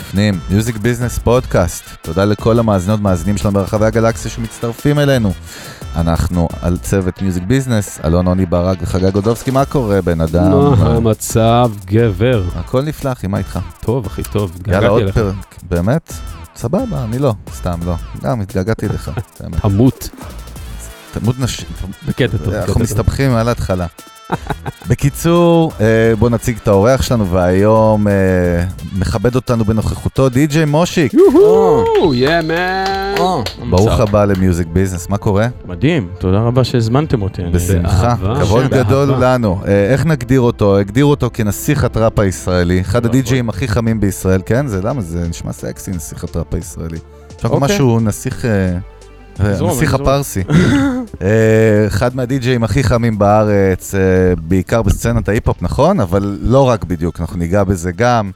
בפנים, מיוזיק ביזנס פודקאסט. תודה לכל המאזינות מאזינים שלנו ברחבי הגלקסיה שמצטרפים אלינו. אנחנו על צוות מיוזיק ביזנס, אלון עוני ברק וחגי גודובסקי. מה קורה בן אדם? מה המצב גבר? הכל נפלא אחי, מה איתך? טוב אחי, טוב, יאללה עוד התגעגעתי לך. פרק, באמת? סבבה, אני לא, סתם לא. גם התגעגעתי לך, באמת. תמות. תמות נשים. בקטע טוב. אנחנו מסתבכים על ההתחלה. בקיצור, בוא נציג את האורח שלנו, והיום מכבד אותנו בנוכחותו די.ג'יי מושיק. יוהו, מן. ברוך הבא למיוזיק ביזנס, מה קורה? מדהים, תודה רבה שהזמנתם אותי. בשמחה, באהבה. כבוד באהבה. גדול לנו. איך נגדיר אותו? הגדיר אותו כנסיך הטראפ הישראלי, אחד הדי.ג'יים הכי חמים בישראל, כן? זה למה? זה נשמע סקסי, נסיך הטראפ הישראלי. עכשיו אוקיי. משהו נסיך... נסיך הפרסי. אחד מהדי.ג'יים הכי חמים בארץ, בעיקר בסצנת ההיפ-הופ, נכון? אבל לא רק בדיוק, אנחנו ניגע בזה גם.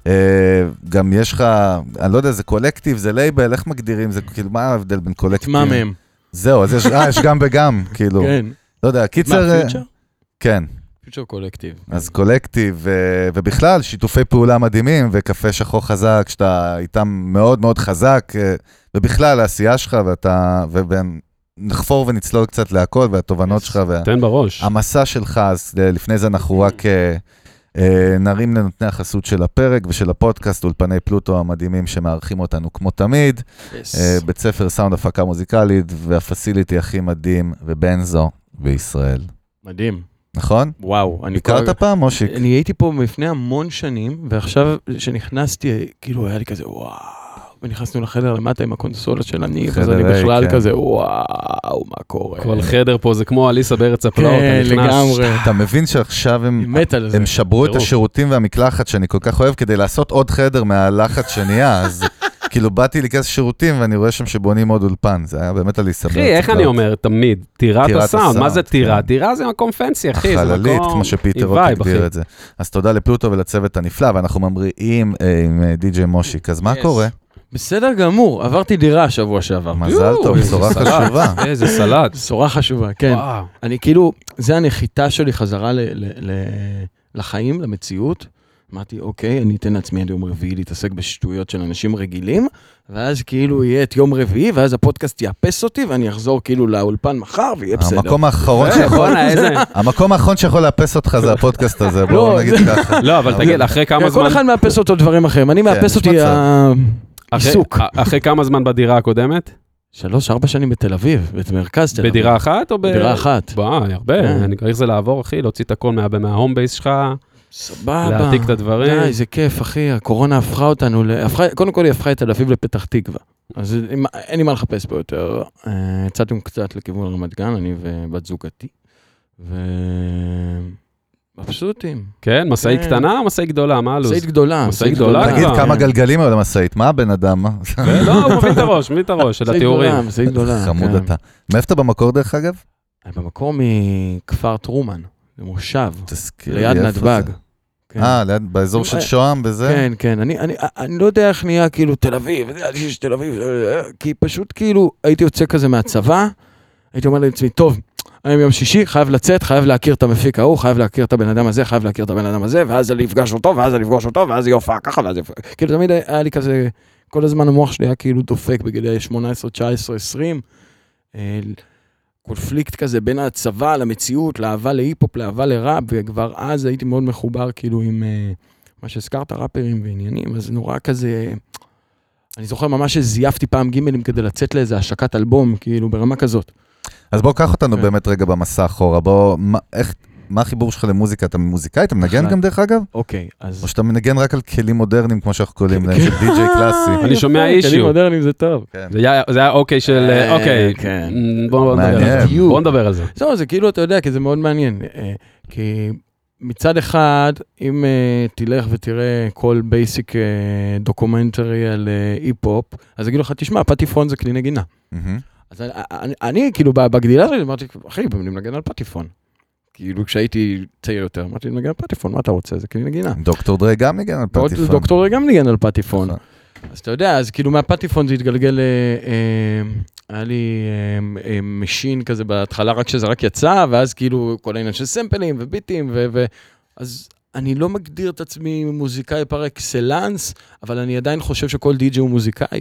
גם יש לך, אני לא יודע, זה קולקטיב, זה לייבל, איך מגדירים? זה כאילו, מה ההבדל בין קולקטיב? מה מהם? זהו, אז יש גם וגם, כאילו. כן. לא יודע, קיצר... מה, פיוטר? כן. פיוטר קולקטיב. אז קולקטיב, ובכלל שיתופי פעולה מדהימים, וקפה שחור חזק, שאתה איתם מאוד מאוד חזק, ובכלל העשייה שלך, ונחפור ונצלול קצת להכל, והתובנות שלך, תן בראש. המסע שלך, אז לפני זה אנחנו רק נרים לנותני החסות של הפרק, ושל הפודקאסט, אולפני פלוטו המדהימים שמארחים אותנו כמו תמיד, בית ספר סאונד הפקה מוזיקלית, והפסיליטי הכי מדהים, ובנזו בישראל. מדהים. נכון? וואו. הכרת פעם, מושיק? אני הייתי פה לפני המון שנים, ועכשיו שנכנסתי, כאילו היה לי כזה וואו. ונכנסנו לחדר למטה עם הקונסולה של הניב, אז אני בכלל כן. כזה וואו, מה קורה? כל חדר פה זה כמו אליסה בארץ הפלאות. כן, אתה נכנס, לגמרי. אתה מבין שעכשיו הם שברו את השירותים והמקלחת שאני כל כך אוהב, כדי לעשות עוד חדר מהלחץ שנהיה, אז כאילו באתי להיכנס שירותים, ואני רואה שם שבונים עוד אולפן, זה היה באמת אליסה בארץ אחי, איך אני אומר תמיד? טירת הסאונד, מה זה טירה? כן. טירה זה מקום פנסי, אחי, זה החללית, מקום... כמו שפיטר עם רוק וייב, הגדיר אחי. את זה. אז תודה לפלוטו ולצוות הנפלא, ואנחנו ממריאים עם די.ג'יי מושיק, אז מה Yes. קורה? בסדר גמור, עברתי דירה שבוע שעבר. מזל טוב, בשורה חשובה. איזה סלט. בשורה חשובה, כן. וואו. אני כאילו, זה הנחיתה שלי חזרה לחיים, למציאות. אמרתי, אוקיי, אני אתן לעצמי עד יום רביעי להתעסק בשטויות של אנשים רגילים, ואז כאילו יהיה את יום רביעי, ואז הפודקאסט יאפס אותי, ואני אחזור כאילו לאולפן מחר, ויהיה בסדר. המקום האחרון שיכול לאפס אותך זה הפודקאסט הזה, בואו נגיד ככה. לא, אבל תגיד, אחרי כמה זמן... כל אחד מאפס אותו דברים אחרים, אני מאפס אותי העיסוק. אחרי כמה זמן בדירה הקודמת? 3-4 שנים בתל אביב, במרכז תל אביב. בדירה אחת או בדירה אחת. וואי, הרבה. אני איך זה לעבור, אחי, להוציא את הכל מההום בייס שלך, סבבה. להעתיק את הדברים. די, זה כיף, אחי. הקורונה הפכה אותנו, קודם כל היא הפכה את תל אביב לפתח תקווה. אז אין לי מה לחפש פה יותר. יצאתם קצת לכיוון רמת גן, אני ובת זוגתי. מבסוטים. כן, מסעי קטנה או מסעי גדולה? מה הלו"ז? מסעית גדולה. מסעית גדולה? תגיד כמה גלגלים היו למסעית, מה הבן אדם? לא, הוא מבין את הראש, מבין את הראש של התיאורים. מסעית גדולה. חמוד אתה. מאיפה אתה במקור דרך אגב? אני במקור מכפר טרומן, במושב, תזכיר לי ליד איפה נתב"ג. זה. כן. באזור של שוהם בזה? כן, כן, אני לא יודע איך נהיה כאילו תל אביב, יש תל אביב, כי פשוט כאילו הייתי יוצא כזה מהצבא, הייתי אומר לעצמי, טוב, היום יום שישי, חייב לצאת, חייב להכיר את המפיק ההוא, חייב להכיר את הבן אדם הזה, חייב להכיר את הבן אדם הזה, ואז אני אפגש אותו, ואז אני אפגוש אותו, ואז יופע ככה, ואז יופע. כאילו תמיד היה לי כזה, כל הזמן המוח שלי היה כאילו דופק בגילי 18, 19, 20, קונפליקט כזה בין הצבא למציאות, לאהבה להיפ-הופ, לאהבה לראפ, וכבר אז הייתי מאוד מחובר כאילו עם מה שהזכרת, ראפרים ועניינים, אז נורא כזה, אני זוכר ממש שזייפתי פעם גימלים כדי לצאת לאיזה השקת אלבום, כאילו ברמה כזאת. אז בוא קח אותנו באמת רגע במסע אחורה, מה החיבור שלך למוזיקה? אתה מוזיקאי? אתה מנגן גם דרך אגב? אוקיי, אז... או שאתה מנגן רק על כלים מודרניים, כמו שאנחנו קוראים להם, של די.ג'יי קלאסי? אני שומע אישיו. כלים מודרניים זה טוב. זה היה אוקיי של... אוקיי. כן. בוא נדבר על זה. זהו, זה כאילו, אתה יודע, כי זה מאוד מעניין. כי מצד אחד, אם תלך ותראה כל בייסיק דוקומנטרי על היפ-הופ, אז אגיד לך, תשמע, פטיפון זה כלי נגינה. אז אני, כאילו, בגדילה שלי, אמרתי, אחי, אני מנגן על פטיפון. כאילו, כשהייתי צעיר יותר, אמרתי, נגן על פטיפון, מה אתה רוצה? זה כלי נגינה. דוקטור דרי גם ניגן על פטיפון. דוקטור דרי גם ניגן על פטיפון. אז אתה יודע, אז כאילו מהפטיפון זה התגלגל, היה לי משין כזה בהתחלה, רק שזה רק יצא, ואז כאילו כל העניין של סמפלים וביטים, אז אני לא מגדיר את עצמי מוזיקאי פר אקסלנס, אבל אני עדיין חושב שכל די-ג'יי הוא מוזיקאי.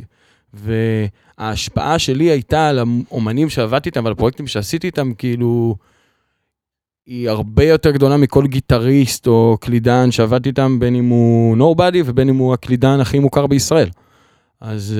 וההשפעה שלי הייתה על האומנים שעבדתי איתם, ועל הפרויקטים שעשיתי איתם, כאילו, היא הרבה יותר גדולה מכל גיטריסט או קלידן שעבדתי איתם, בין אם הוא נובדי ובין אם הוא הקלידן הכי מוכר בישראל. אז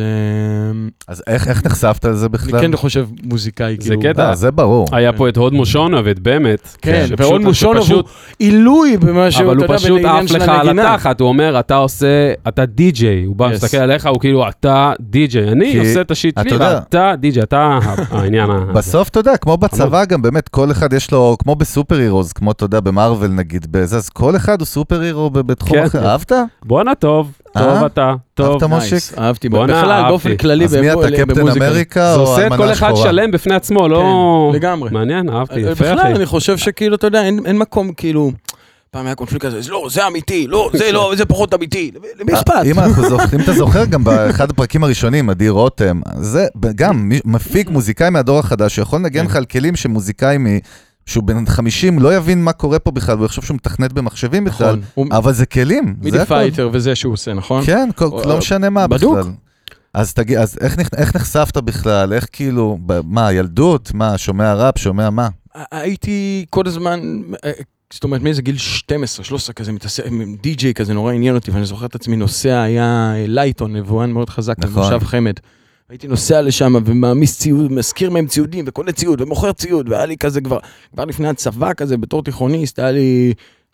איך נחשפת על זה בכלל? אני כן חושב מוזיקאי, זה קטע. זה ברור. היה פה את הוד מושונוב, את באמת. כן, והוד מושונוב הוא עילוי במה שהוא, אבל הוא פשוט עף לך על התחת, הוא אומר, אתה עושה, אתה די-ג'יי, הוא בא מסתכל עליך, הוא כאילו, אתה די-ג'יי, אני עושה את השיט לי, ואתה די-ג'יי, אתה העניין. בסוף, אתה יודע, כמו בצבא גם, באמת, כל אחד יש לו, כמו בסופר הירוז, כמו, אתה יודע, במרוול נגיד, אז כל אחד הוא סופר הירו בתחום אחר. אהבת? בואנה טוב. טוב אתה, טוב. אהבת מושיק? אהבתי, בכלל, באופן כללי, אז מי אתה, קפטן אמריקה זה עושה את כל אחד שלם בפני עצמו, לא... לגמרי. מעניין, אהבתי, יפה אחי. בכלל, אני חושב שכאילו, אתה יודע, אין מקום כאילו... פעם היה קונפליקט כזה, לא, זה אמיתי, לא, זה לא, זה פחות אמיתי, למי אכפת? אם אתה זוכר גם באחד הפרקים הראשונים, אדיר רותם, זה גם מפיק מוזיקאי מהדור החדש, שיכול לנגן לך על כלים שמוזיקאי שהוא בן 50 לא יבין מה קורה פה בכלל, הוא יחשוב שהוא מתכנת במחשבים בכלל, אבל זה כלים. מידי פייטר וזה שהוא עושה, נכון? כן, לא משנה מה בכלל. אז תגיד, אז איך נחשפת בכלל? איך כאילו, מה, ילדות? מה, שומע ראפ, שומע מה? הייתי כל הזמן, זאת אומרת, מאיזה גיל 12, 13 כזה, די-ג'יי כזה נורא עניין אותי, ואני זוכר את עצמי נוסע, היה לייטון, נבואן מאוד חזק, מושב חמד. הייתי נוסע לשם ומעמיס ציוד, מזכיר מהם ציודים וקונה ציוד ומוכר ציוד, והיה לי כזה כבר לפני הצבא כזה, בתור תיכוניסט, היה לי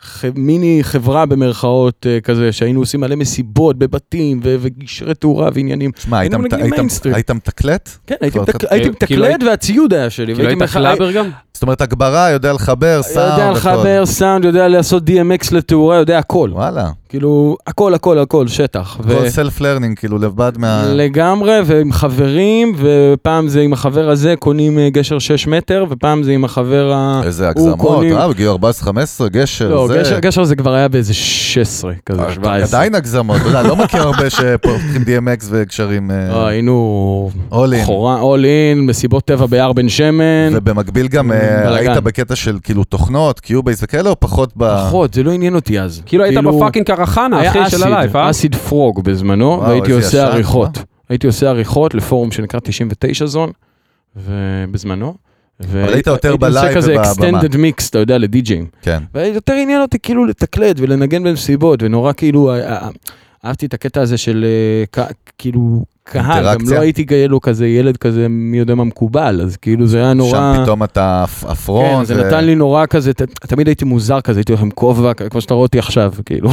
מיני חברה במרכאות כזה, שהיינו עושים מלא מסיבות בבתים וגישרי תאורה ועניינים. שמע, היית מתקלט? כן, הייתי מתקלט והציוד היה שלי. כאילו היית קלאבר גם? זאת אומרת, הגברה, יודע לחבר, סאונד. יודע לחבר, סאונד, יודע לעשות DMX לתאורה, יודע הכל. וואלה. כאילו, הכל, שטח. הכל סלף-לרנינג, כאילו, לבד מה... לגמרי, ועם חברים, ופעם זה עם החבר הזה, קונים גשר 6 מטר, ופעם זה עם החבר איזה הגזמות, בגיל 14-15, גשר, לא, גשר זה כבר היה באיזה 16, כזה 17. עדיין הגזמות, אתה יודע, לא מכיר הרבה שפותחים DMX וגשרים... היינו... all in, מסיבות טבע ביער בן שמן. ובמקביל גם היית בקטע של כאילו תוכנות, קיובייס וכאלה, או פחות ב... פחות, זה לא עניין אותי אז. כאילו היית בפאקינג קרחנה, אחי של הלייף, אסיד פרוג בזמנו, והייתי עושה עריכות. הייתי עושה עריכות לפורום שנקרא 99 זון, ובזמנו. אבל היית יותר בלייב ובבמה. כזה extended mix, אתה יודע, לדי-ג'ים. כן. ויותר עניין אותי כאילו לתקלט ולנגן במסיבות, ונורא כאילו, אהבתי את הקטע הזה של כאילו... קהל, גם לא הייתי לו כזה ילד כזה מי יודע מה מקובל, אז כאילו זה היה נורא... שם פתאום אתה אפרון. כן, זה נתן לי נורא כזה, תמיד הייתי מוזר כזה, הייתי הולך עם כובע, כמו שאתה רואה אותי עכשיו, כאילו.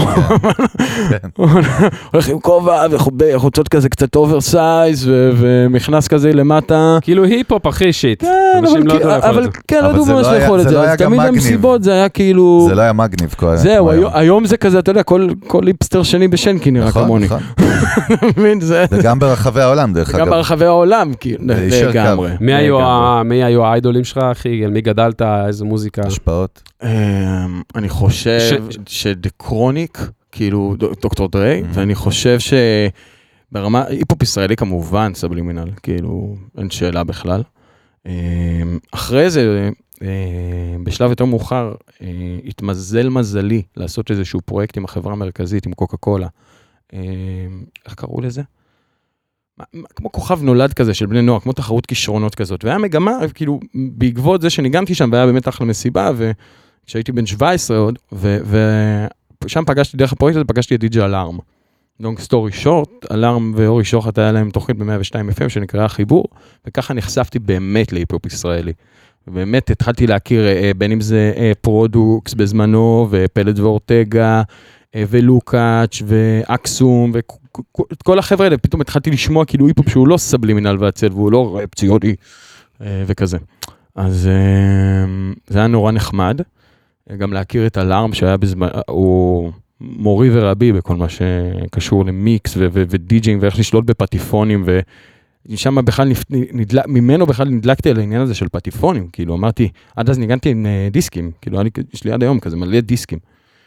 הולך עם כובע וחוצות כזה קצת אוברסייז, ומכנס כזה למטה. כאילו היפ-הופ הכי שיט. כן, אבל כן, לא יודעו ממש לאכול את זה. אז תמיד במסיבות זה היה כאילו... זה לא היה מגניב. זהו, היום זה כזה, אתה יודע, כל ליפסטר שני בשנקי נראה כמוני. וגם ברחבי העולם, דרך אגב. גם ברחבי העולם, לגמרי. מי היו האיידולים שלך, אחי? מי גדלת? איזה מוזיקה? השפעות. אני חושב שדקרוניק, כאילו דוקטור דריי, ואני חושב שברמה, היפ-הופ ישראלי כמובן, סבלימינל, כאילו, אין שאלה בכלל. אחרי זה, בשלב יותר מאוחר, התמזל מזלי לעשות איזשהו פרויקט עם החברה המרכזית, עם קוקה קולה. איך קראו לזה? כמו כוכב נולד כזה של בני נוער, כמו תחרות כישרונות כזאת, והיה מגמה, כאילו, בעקבות זה שניגנתי שם, והיה באמת אחלה מסיבה, וכשהייתי בן 17 עוד, ושם פגשתי, דרך הפרויקט הזה, פגשתי את די.ג'יי אלארם. דונק סטורי שורט, אלארם ואורי שוחט היה להם תוכנית ב-102 FM, שנקרא חיבור, וככה נחשפתי באמת להיפ-הופ ישראלי. ובאמת התחלתי להכיר, בין אם זה פרודוקס בזמנו, ופלד ואורטגה, ולוקאץ' ואקסום, וכל החבר'ה האלה, פתאום התחלתי לשמוע כאילו היפ-הופ שהוא לא סבלימינל ועצל, והוא לא ראפ ציוני, וכזה. אז זה היה נורא נחמד, גם להכיר את אלארם שהיה בזמן, הוא מורי ורבי בכל מה שקשור למיקס ודיג'ינג, ואיך לשלוט בפטיפונים, ושם בכלל ממנו בכלל נדלקתי על העניין הזה של פטיפונים, כאילו אמרתי, עד אז ניגנתי עם דיסקים, כאילו יש לי עד היום כזה מלא דיסקים.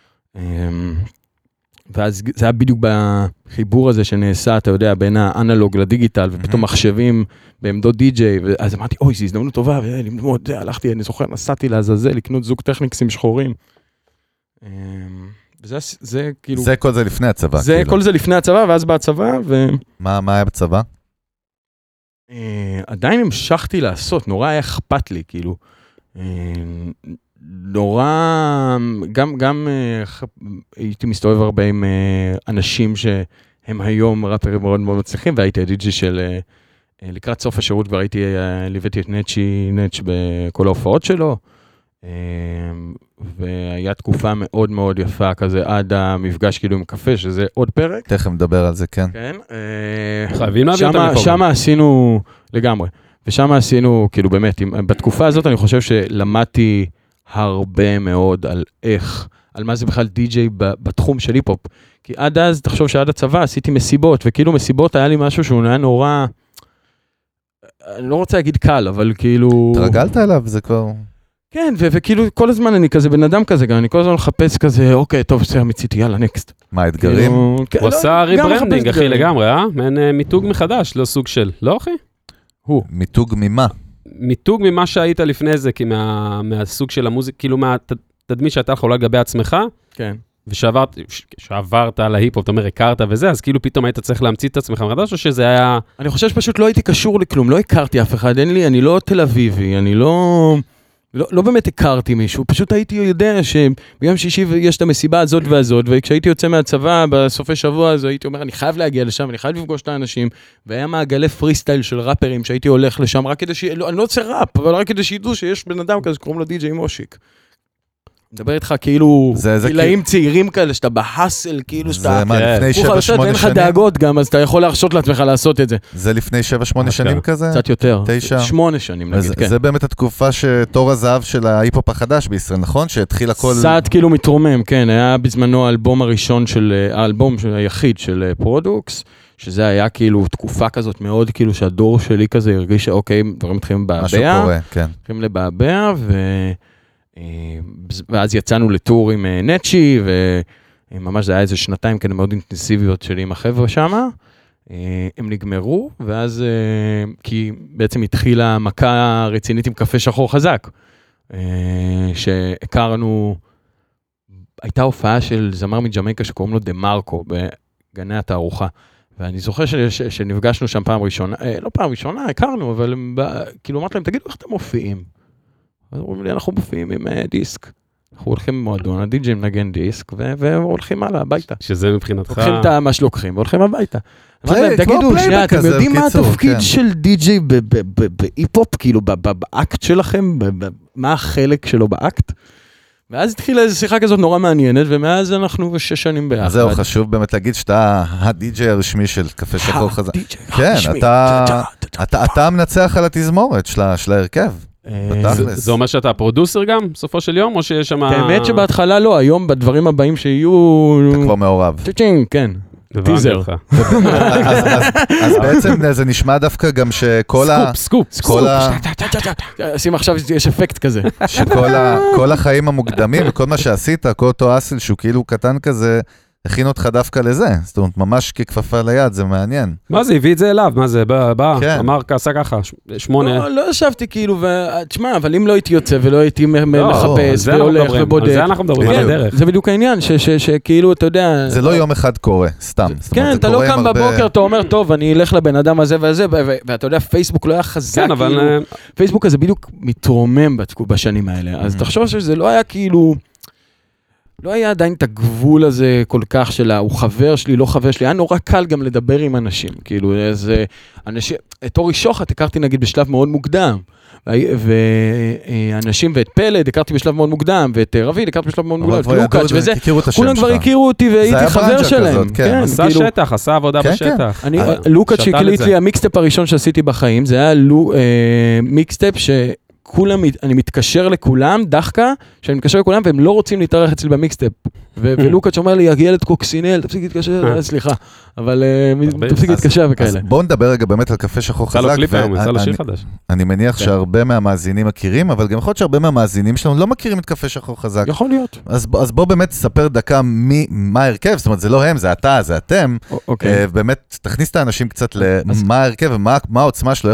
ואז זה היה בדיוק בחיבור הזה שנעשה, אתה יודע, בין האנלוג לדיגיטל, ופתאום מחשבים בעמדות די-ג'יי, ואז אמרתי, אוי, זו הזדמנות טובה, ולמוד, הלכתי, אני זוכר, נסעתי לעזאזל, לקנות זוג טכניקסים שחורים. זה כאילו... זה כל זה לפני הצבא. זה כל זה לפני הצבא, ואז בהצבא, מה היה בצבא? עדיין המשכתי לעשות, נורא היה אכפת לי, כאילו. נורא, גם הייתי מסתובב הרבה עם אנשים שהם היום ראפרים מאוד מאוד מצליחים, והייתי הדיג'י של, לקראת סוף השירות כבר ליוויתי את נץ' בכל ההופעות שלו, והיה תקופה מאוד מאוד יפה כזה, עד המפגש כאילו עם קפה, שזה עוד פרק. תכף נדבר על זה, כן. כן. חייבים להביא אותם לפה. שם עשינו לגמרי, ושם עשינו, כאילו באמת, בתקופה הזאת אני חושב שלמדתי הרבה מאוד על איך, על מה זה בכלל די-ג'יי בתחום של היפ-הופ. כי עד אז, תחשוב שעד הצבא עשיתי מסיבות, וכאילו מסיבות היה לי משהו שהוא היה נורא, אני לא רוצה להגיד קל, אבל כאילו... התרגלת אליו, זה כבר... כן, וכאילו כל הזמן אני כזה בן אדם כזה, גם אני כל הזמן מחפש כזה, אוקיי, טוב, בסדר, מציתי, יאללה, נקסט. מה, אתגרים? הוא עשה ריברנדינג, אחי, לגמרי, מעין מיתוג מחדש, לא סוג של, לא אחי? מיתוג ממה? מיתוג ממה שהיית לפני זה, כי מהסוג של המוזיק, כאילו מהתדמית שהייתה לך אולי לגבי עצמך, כן. ושעברת על ההיפ-הופ, אתה אומר, הכרת וזה, אז כאילו פתאום היית צריך להמציא את עצמך מחדש, או שזה היה... אני חושב שפשוט לא הייתי קשור לכלום, לא הכרתי אף אחד, אני לא תל אביבי, אני לא באמת הכרתי מישהו, פשוט הייתי יודע שביום שישי יש את המסיבה הזאת והזאת, וכשהייתי יוצא מהצבא בסופי שבוע, אז הייתי אומר, אני חייב להגיע לשם, אני חייב לפגוש את האנשים, והיה מעגלי פרי סטייל של ראפרים שהייתי הולך לשם, רק כדי אני לא רוצה ראפ, אבל רק כדי שידעו שיש בן אדם כזה, קוראים לו די-ג'יי מושיק. מדבר איתך כאילו, גילאים צעירים כאלה, שאתה בהסל, כאילו שאתה... זה מה, לפני 7-8 שנים? ואין לך דאגות גם, אז אתה יכול להרשות לעצמך לעשות את זה. זה לפני 7-8 שנים כזה? קצת יותר. 9? 8 שנים נגיד, כן. זה באמת התקופה שתור הזהב של ההיפ-הופ החדש בישראל, נכון? שהתחיל הכל... קצת כאילו מתרומם, כן. היה בזמנו האלבום הראשון האלבום היחיד של פרודוקס, שזה היה כאילו תקופה כזאת מאוד, כאילו שהדור שלי כזה הרגיש שאוקיי, דברים מתחילים לבעבע. משהו קורה, כן. מתחילים לבעבע, ואז יצאנו לטור עם נצ'י, וממש זה היה איזה שנתיים כאלה מאוד אינטנסיביות שלי עם החבר'ה שמה. הם נגמרו, ואז, כי בעצם התחילה מכה רצינית עם קפה שחור חזק, שהכרנו, הייתה הופעה של זמר מג'מייקה שקוראים לו דה מרקו, בגני התערוכה. ואני זוכר שנפגשנו שם פעם ראשונה, לא פעם ראשונה, הכרנו, אבל כאילו אמרתי להם, תגידו איך אתם מופיעים? אז אומרים לי, אנחנו מופיעים עם דיסק. אנחנו הולכים במועדון, הדי-ג'יי מנגן דיסק, והולכים הלאה, הביתה. שזה מבחינתך... לוקחים את מה שלוקחים, והולכים הביתה. תגידו, שנייה, אתם יודעים מה התפקיד של די-ג'יי בהיפ-הופ, כאילו באקט שלכם, מה החלק שלו באקט? ואז התחילה איזו שיחה כזאת נורא מעניינת, ומאז אנחנו 6 שנים ביחד. זהו, חשוב באמת להגיד שאתה הדי-ג'יי הרשמי של קפה שחור חזק. כן, אתה מנצח על התזמורת של ההרכב. זה אומר שאתה הפרודוסר גם, בסופו של יום, או שיש שם... האמת שבהתחלה לא, היום בדברים הבאים שיהיו... אתה כבר מעורב. כן. טיזר. אז בעצם זה נשמע דווקא גם שכל סקופ. שים עכשיו, יש אפקט כזה. שכל החיים המוקדמים וכל מה שעשית, כל אותו אסל שהוא כאילו קטן כזה, הכין אותך דווקא לזה. זאת אומרת, ממש ככפפה ליד, זה מעניין. מה זה, הביא את זה אליו? מה זה, בא, אמר, עשה ככה, 8. לא ישבתי כאילו, תשמע, אבל אם לא הייתי יוצא ולא הייתי מחפש והולך ובודק. על זה אנחנו מדברים, על הדרך. זה בדיוק העניין, שכאילו, אתה יודע... זה לא יום אחד קורה, סתם. כן, אתה לא קם בבוקר, אתה אומר, טוב, אני אלך לבן אדם הזה וזה, ואתה יודע, פייסבוק לא היה חזק, פייסבוק הזה בדיוק מתרומם בשנים האלה, אז תחשוב שזה לא היה כאילו... לא היה עדיין את הגבול הזה כל כך של הוא חבר שלי, לא חבר שלי, היה נורא קל גם לדבר עם אנשים, כאילו, איזה אנשים, את אורי שוחט הכרתי נגיד בשלב מאוד מוקדם, ואנשים ואת פלד הכרתי בשלב מאוד מוקדם, ואת רביד הכרתי בשלב מאוד מוקדם, את לוקאץ' וזה, כולם כבר הכירו אותי והייתי חבר שלהם. עשה שטח, עשה עבודה בשטח. לוקאץ' הקליט לי, המיקסטפ הראשון שעשיתי בחיים, זה היה מיקסטפ כולם, אני מתקשר לכולם, דחקה, שאני מתקשר לכולם, והם לא רוצים להתארח אצלי במיקסטפ. ולוקאץ' אומר לי, ילד קוקסינל, תפסיק להתקשר, סליחה, אבל תפסיק להתקשר וכאלה. אז בואו נדבר רגע באמת על קפה שחור חזק. אני מניח שהרבה מהמאזינים מכירים, אבל גם יכול להיות שהרבה מהמאזינים שלנו לא מכירים את קפה שחור חזק. יכול להיות. אז בואו באמת תספר דקה מה ההרכב, זאת אומרת, זה לא הם, זה אתה, זה אתם. באמת, תכניס את האנשים קצת למה ההרכב ומה העוצמה שלו, איך הוא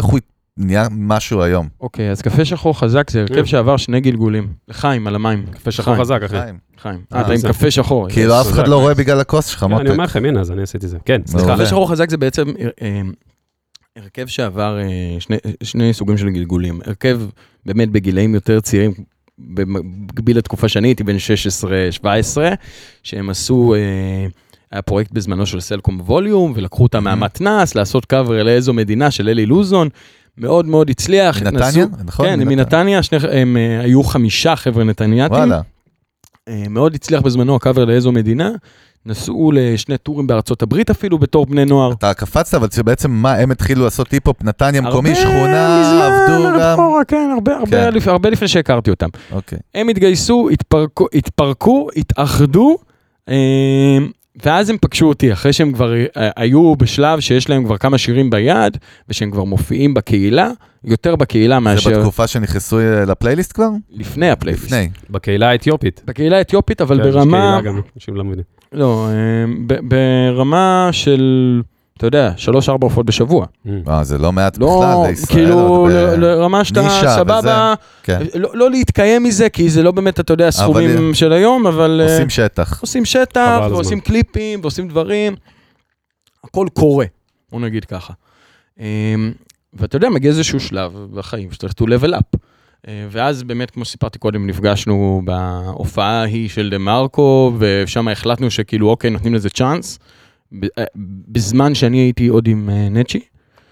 נהיה משהו היום. אוקיי, אז קפה שחור חזק זה הרכב שעבר 2 גלגולים. לחיים, על המים. קפה שחור חזק, אחי. חיים. אתה עם קפה שחור. כאילו אף אחד לא רואה בגלל הכוס שלך, מותק. אני אומר לכם, הנה, אז אני עשיתי זה. כן, סליחה. קפה שחור חזק זה בעצם הרכב שעבר 2 סוגים של גלגולים. הרכב באמת בגילאים יותר צעירים, בגביל התקופה שאני הייתי בין 16-17, שהם עשו, היה פרויקט בזמנו של סלקום ווליום, ולקחו אותה מהמתנס, לעשות קאבר לאיזו מדינה של אלי לוזון, מאוד מאוד הצליח. מנתניה? נכון? כן, מנתניה, הם היו 5 חבר'ה נתניאתים. וואלה. מאוד הצליח בזמנו הקאבר לאיזו מדינה, נסעו ל2 טורים בארצות הברית אפילו בתור בני נוער. אתה קפצת, אבל שבעצם מה, הם התחילו לעשות היפ-הופ, נתניה מקומי, שכונה, עבדו גם. כן, הרבה לפני שהכרתי אותם. הם התגייסו, התפרקו, התאחדו, ואז הם פגשו אותי, אחרי שהם כבר היו בשלב שיש להם כבר כמה שירים ביד, ושהם כבר מופיעים בקהילה, יותר בקהילה מאשר... זה בתקופה שנכנסו לפלייליסט כבר? לפני הפלייליסט. לפני. בקהילה האתיופית. בקהילה האתיופית, אבל ברמה... גם, אנשים לא מבינים. לא, ברמה של, אתה יודע, 3-4 הופעות בשבוע. זה לא מעט בכלל לישראל. כאילו, לרמה שאתה סבבה, לא להתקיים מזה, כי זה לא באמת, אתה יודע, סכומים של היום, אבל... עושים שטח. עושים שטח, ועושים קליפים, ועושים דברים. הכל קורה, בוא נגיד ככה. ואתה יודע, מגיע איזשהו שלב בחיים, שצריך to level up. ואז באמת, כמו שסיפרתי קודם, נפגשנו בהופעה ההיא של דה מרקו, ושם החלטנו שכאילו, אוקיי, נותנים לזה צ'אנס, בזמן שאני הייתי עוד עם נצ'י.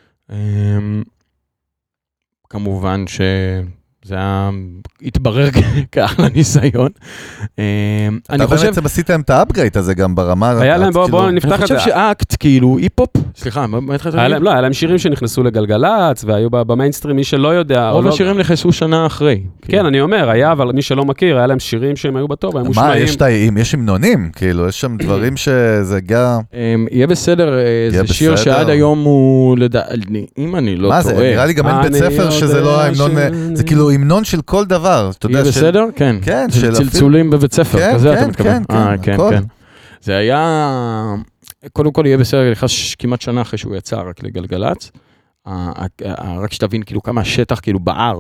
כמובן שזה היה התברר כאחלה ניסיון. אתה בעצם עשיתם את האפגרייט הזה גם ברמה... היה להם, בואו נפתח את זה. אני חושב שאקט, כאילו, היפ-הופ, סליחה, מה התחלת להגיד? לא, היה להם שירים שנכנסו לגלגלץ, והיו במיינסטרים, מי שלא יודע... רוב השירים נכנסו שנה אחרי. כן, אני אומר, היה, אבל מי שלא מכיר, היה להם שירים שהם היו בטוב, הם מושמעים. מה, יש המנונים, כאילו, יש שם דברים שזה גם... יהיה בסדר, זה שיר שעד היום הוא, אם אני לא טועה... מה זה, נראה לי גם אין בית ספר שזה לא ההמנון, זה כאילו המנון של כל דבר. יהיה בסדר? כן. כן, של צלצולים בבית ספר, כזה אתה מתכוון. כן. זה היה, קודם כל יהיה בסדר, נכנס כמעט שנה אחרי שהוא יצא רק לגלגלץ, רק שתבין כאילו כמה השטח כאילו בער,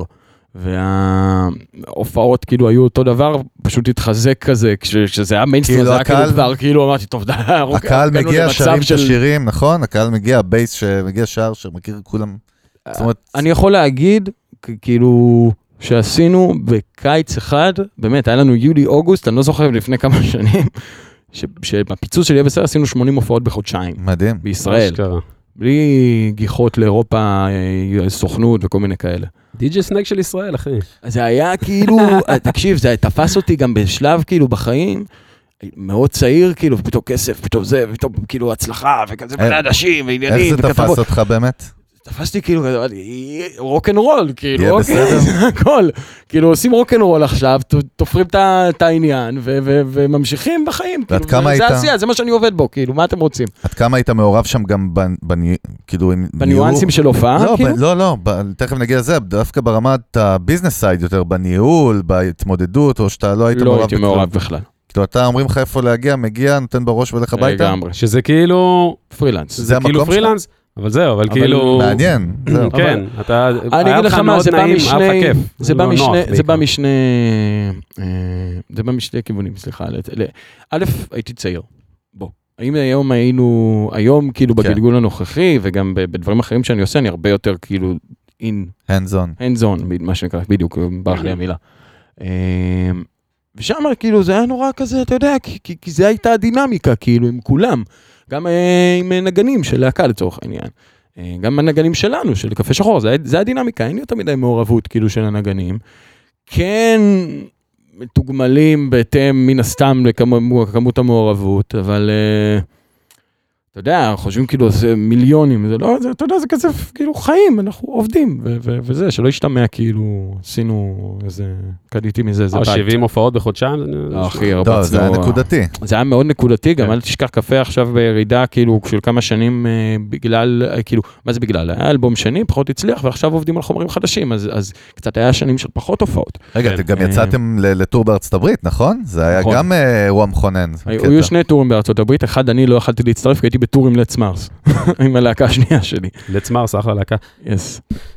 וההופעות כאילו היו אותו דבר, פשוט התחזק כזה, כשזה היה מיינסטרים, זה היה כאילו כבר, כאילו אמרתי, טוב, הקהל מגיע, שרים את השירים, נכון? הקהל מגיע, הבייס שמגיע שער, שמכיר כולם. אני יכול להגיד, כאילו... שעשינו בקיץ אחד, באמת, היה לנו יולי-אוגוסט, אני לא זוכר לפני כמה שנים, שבפיצוץ של יבסר עשינו 80 הופעות בחודשיים. מדהים. בישראל. בלי גיחות לאירופה, סוכנות וכל מיני כאלה. די.ג'יי סנק של ישראל, אחי. זה היה כאילו, תקשיב, זה תפס אותי גם בשלב כאילו בחיים, מאוד צעיר, כאילו, ופתאום כסף, פתאום זה, ופתאום כאילו הצלחה, וכזה בין אנשים, ועניינים. איך זה תפס אותך באמת? תפסתי כאילו, רוק'נ'רול, כאילו, אוקיי, זה הכל. כאילו, עושים רוק'נ'רול עכשיו, תופרים את העניין, וממשיכים בחיים. ועד כמה היית... זה עשייה, זה מה שאני עובד בו, כאילו, מה אתם רוצים? עד כמה היית מעורב שם גם, כאילו, בניואנסים של הופעה, כאילו? לא, תכף נגיע לזה, דווקא ברמת הביזנס סייד יותר, בניהול, בהתמודדות, או שאתה לא היית מעורב... לא הייתי מעורב בכלל. כאילו, אתה אומרים לך איפה להגיע, מגיע, נותן בראש ולך הביתה? לגמרי. שזה כאילו... פרילנס. זה כאילו פרילנס? אבל זהו, אבל כאילו... מעניין. כן, אתה... אני אגיד לך מה, זה בא משני כיוונים, סליחה. א', הייתי צעיר. בוא. האם היום כאילו בגלגול הנוכחי, וגם בדברים אחרים שאני עושה, אני הרבה יותר כאילו... hands on, מה שנקרא, בדיוק, ברח לי המילה. ושם כאילו זה היה נורא כזה, אתה יודע, כי זה הייתה הדינמיקה, כאילו, עם כולם. גם עם נגנים של להקה לצורך העניין. גם הנגנים שלנו, של קפה שחור, זה הדינמיקה, אין יותר מדי מעורבות כאילו של הנגנים. כן מתוגמלים בהתאם מן הסתם לכמות המעורבות, אבל אתה יודע, חושבים כאילו זה מיליונים, זה לא, אתה יודע, זה כסף כאילו חיים, אנחנו עובדים, וזה, שלא ישתמע כאילו, עשינו איזה, קדיתי מזה, זה 70 הופעות בחודשיים? לא, אחי, זה היה נקודתי. זה היה מאוד נקודתי, גם אל תשכח קפה עכשיו בירידה, כאילו, של כמה שנים בגלל, כאילו, מה זה בגלל? היה אלבום שני, פחות הצליח, ועכשיו עובדים על חומרים חדשים, אז קצת היה שנים של פחות הופעות. רגע, אתם גם יצאתם לטור בארצות הברית, נכון? זה היה גם אירוע מכונן. היו 2 טורים בארצות הברית, אחד אני לא יכלתי להצטרף, כי הייתי בטור עם לץ מרס, עם הלהקה השנייה שלי. לץ מרס, אחלה להקה. Yes.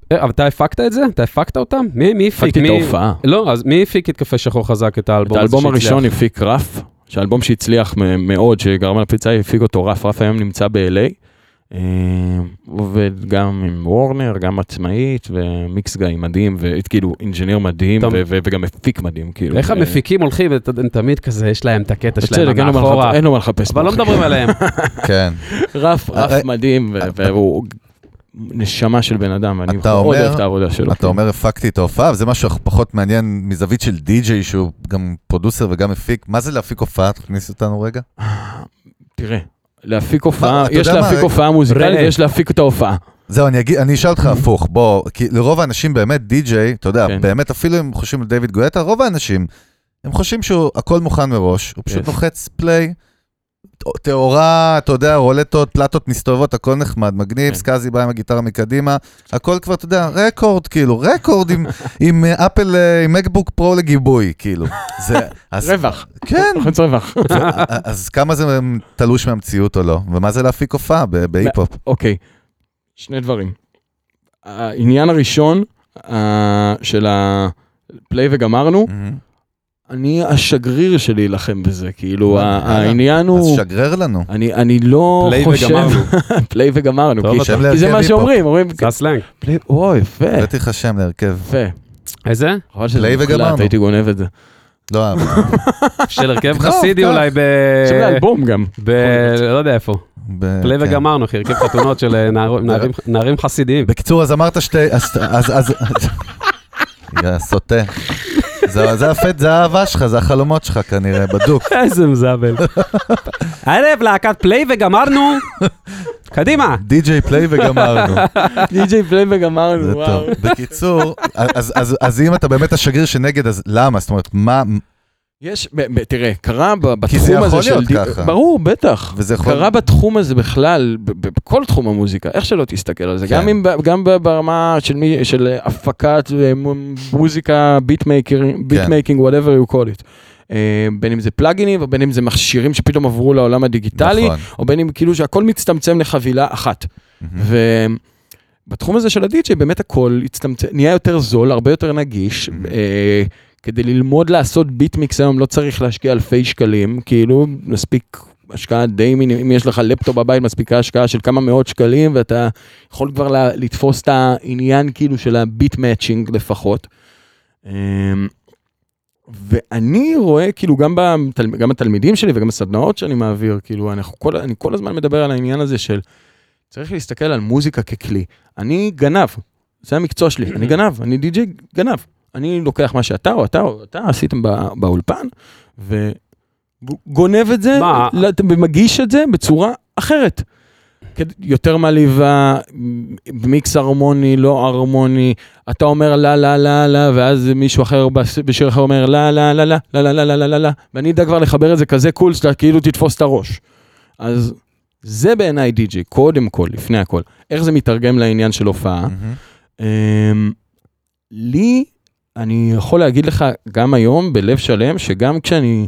אבל אתה הפקת את זה? אתה הפקת אותם? מי הפיק? הפקתי את ההופעה. לא, אז מי הפיק את קפה שחור חזק, את האלבום הזה שהצליח? את האלבום הראשון הפיק רף, שהאלבום שהצליח מאוד, שגרם לפריצה, הפיק אותו רף היום נמצא ב-LA, עובד גם עם וורנר, גם עצמאית, ומיקס גאי מדהים, וכאילו אינג'יניר מדהים, וגם מפיק מדהים. איך המפיקים הולכים, תמיד כזה, יש להם את הקטע שלהם מאחורה. אין לו מה לחפש. אבל לא מדברים עליהם. כן. רף מדהים, והוא נשמה של בן אדם, ואני מאוד אוהב את העבודה שלו. אתה אומר, הפקתי את ההופעה, וזה משהו פחות מעניין מזווית של די-ג'יי, שהוא גם פרודוסר וגם מפיק. מה זה להפיק הופעה? תכניס אותנו רגע. תראה. להפיק הופעה, יש להפיק הופעה מוזיקלית ויש להפיק את ההופעה. זהו, אני אשאל אותך הפוך, בוא, כי לרוב האנשים באמת די-ג'יי, אתה יודע, באמת אפילו אם חושבים על דיוויד גואטה, רוב האנשים, הם חושבים שהכל מוכן מראש, הוא פשוט לוחץ פליי, תאורה, אתה יודע, רולטות, פלטות מסתובבות, הכל נחמד, מגניב, סקאזי בא עם הגיטרה מקדימה, הכל כבר, אתה יודע, רקורד, כאילו, רקורד עם אפל, עם מקבוק פרו לגיבוי, כאילו. רווח. כן. לוחץ רווח. אז כמה זה תלוש מהמציאות או לא? ומה זה להפיק הופעה בהיפ-הופ? אוקיי, שני דברים. העניין הראשון של הפליי וגמרנו, אני השגריר שלי לכם בזה, כאילו העניין הוא... אז שגרר לנו. אני לא חושב... פליי וגמרנו. כי זה מה שאומרים. זה הסלנג. אוי, יפה. הבאתי לך שם להרכב. יפה. איזה? פליי וגמרנו. הייתי גונב את זה. לא אהב. של הרכב חסידי אולי ב... שם לאלבום גם. לא יודע איפה. פליי וגמרנו, הרכב חתונות של נערים חסידיים. בקיצור, אז אמרת שתי... סוטה. זה הפט, זה האהבה שלך, זה החלומות שלך כנראה, בדוק. איזה מזבל. ערב להקת פליי וגמרנו. קדימה. די-ג'יי פליי וגמרנו. די-ג'יי פליי וגמרנו, זה טוב. בקיצור, אז אם אתה באמת השגריר שנגד, אז למה? זאת אומרת, מה... יש, תראה, קרה בתחום הזה של... ברור, בטח. קרה בתחום הזה בכלל, בכל תחום המוזיקה, איך שלא תסתכל על זה, גם ברמה של הפקת מוזיקה, ביטמייקינג, whatever you call it. בין אם זה פלאגינים, או בין אם זה מכשירים שפתאום עברו לעולם הדיגיטלי, או בין אם כאילו שהכל מצטמצם לחבילה אחת. ובתחום הזה של הדי-ג'יי, באמת הכל נהיה יותר זול, הרבה יותר נגיש, כדי ללמוד לעשות ביטמיקס היום לא צריך להשקיע אלפי שקלים, כאילו מספיק השקעה די מינימלית, אם יש לך לפטופ בבית מספיקה השקעה של כמה מאות שקלים, ואתה יכול כבר לתפוס את העניין כאילו של הביט מאצ'ינג לפחות. ואני רואה כאילו גם התלמידים שלי וגם הסדנאות שאני מעביר, כאילו אני כל הזמן מדבר על העניין הזה של צריך להסתכל על מוזיקה ככלי. אני גנב, זה המקצוע שלי, אני גנב, אני די-ג'יי גנב. אני לוקח מה שאתה או אתה עשיתם באולפן, וגונב את זה, ומגיש את זה בצורה אחרת. יותר מעליבה, מיקס הרמוני, לא הרמוני, אתה אומר לה, לה, לה, לה, ואז מישהו אחר בשיר אחר אומר לה, לה, לה, לה, לה, לה, לה, לה, לה, לה, ואני יודע כבר לחבר את זה כזה קול, שאתה כאילו תתפוס את הראש. אז זה בעיניי די-ג'יי, קודם כל, לפני הכל. איך זה מתרגם לעניין של הופעה? לי, אני יכול להגיד לך גם היום בלב שלם, שגם כשאני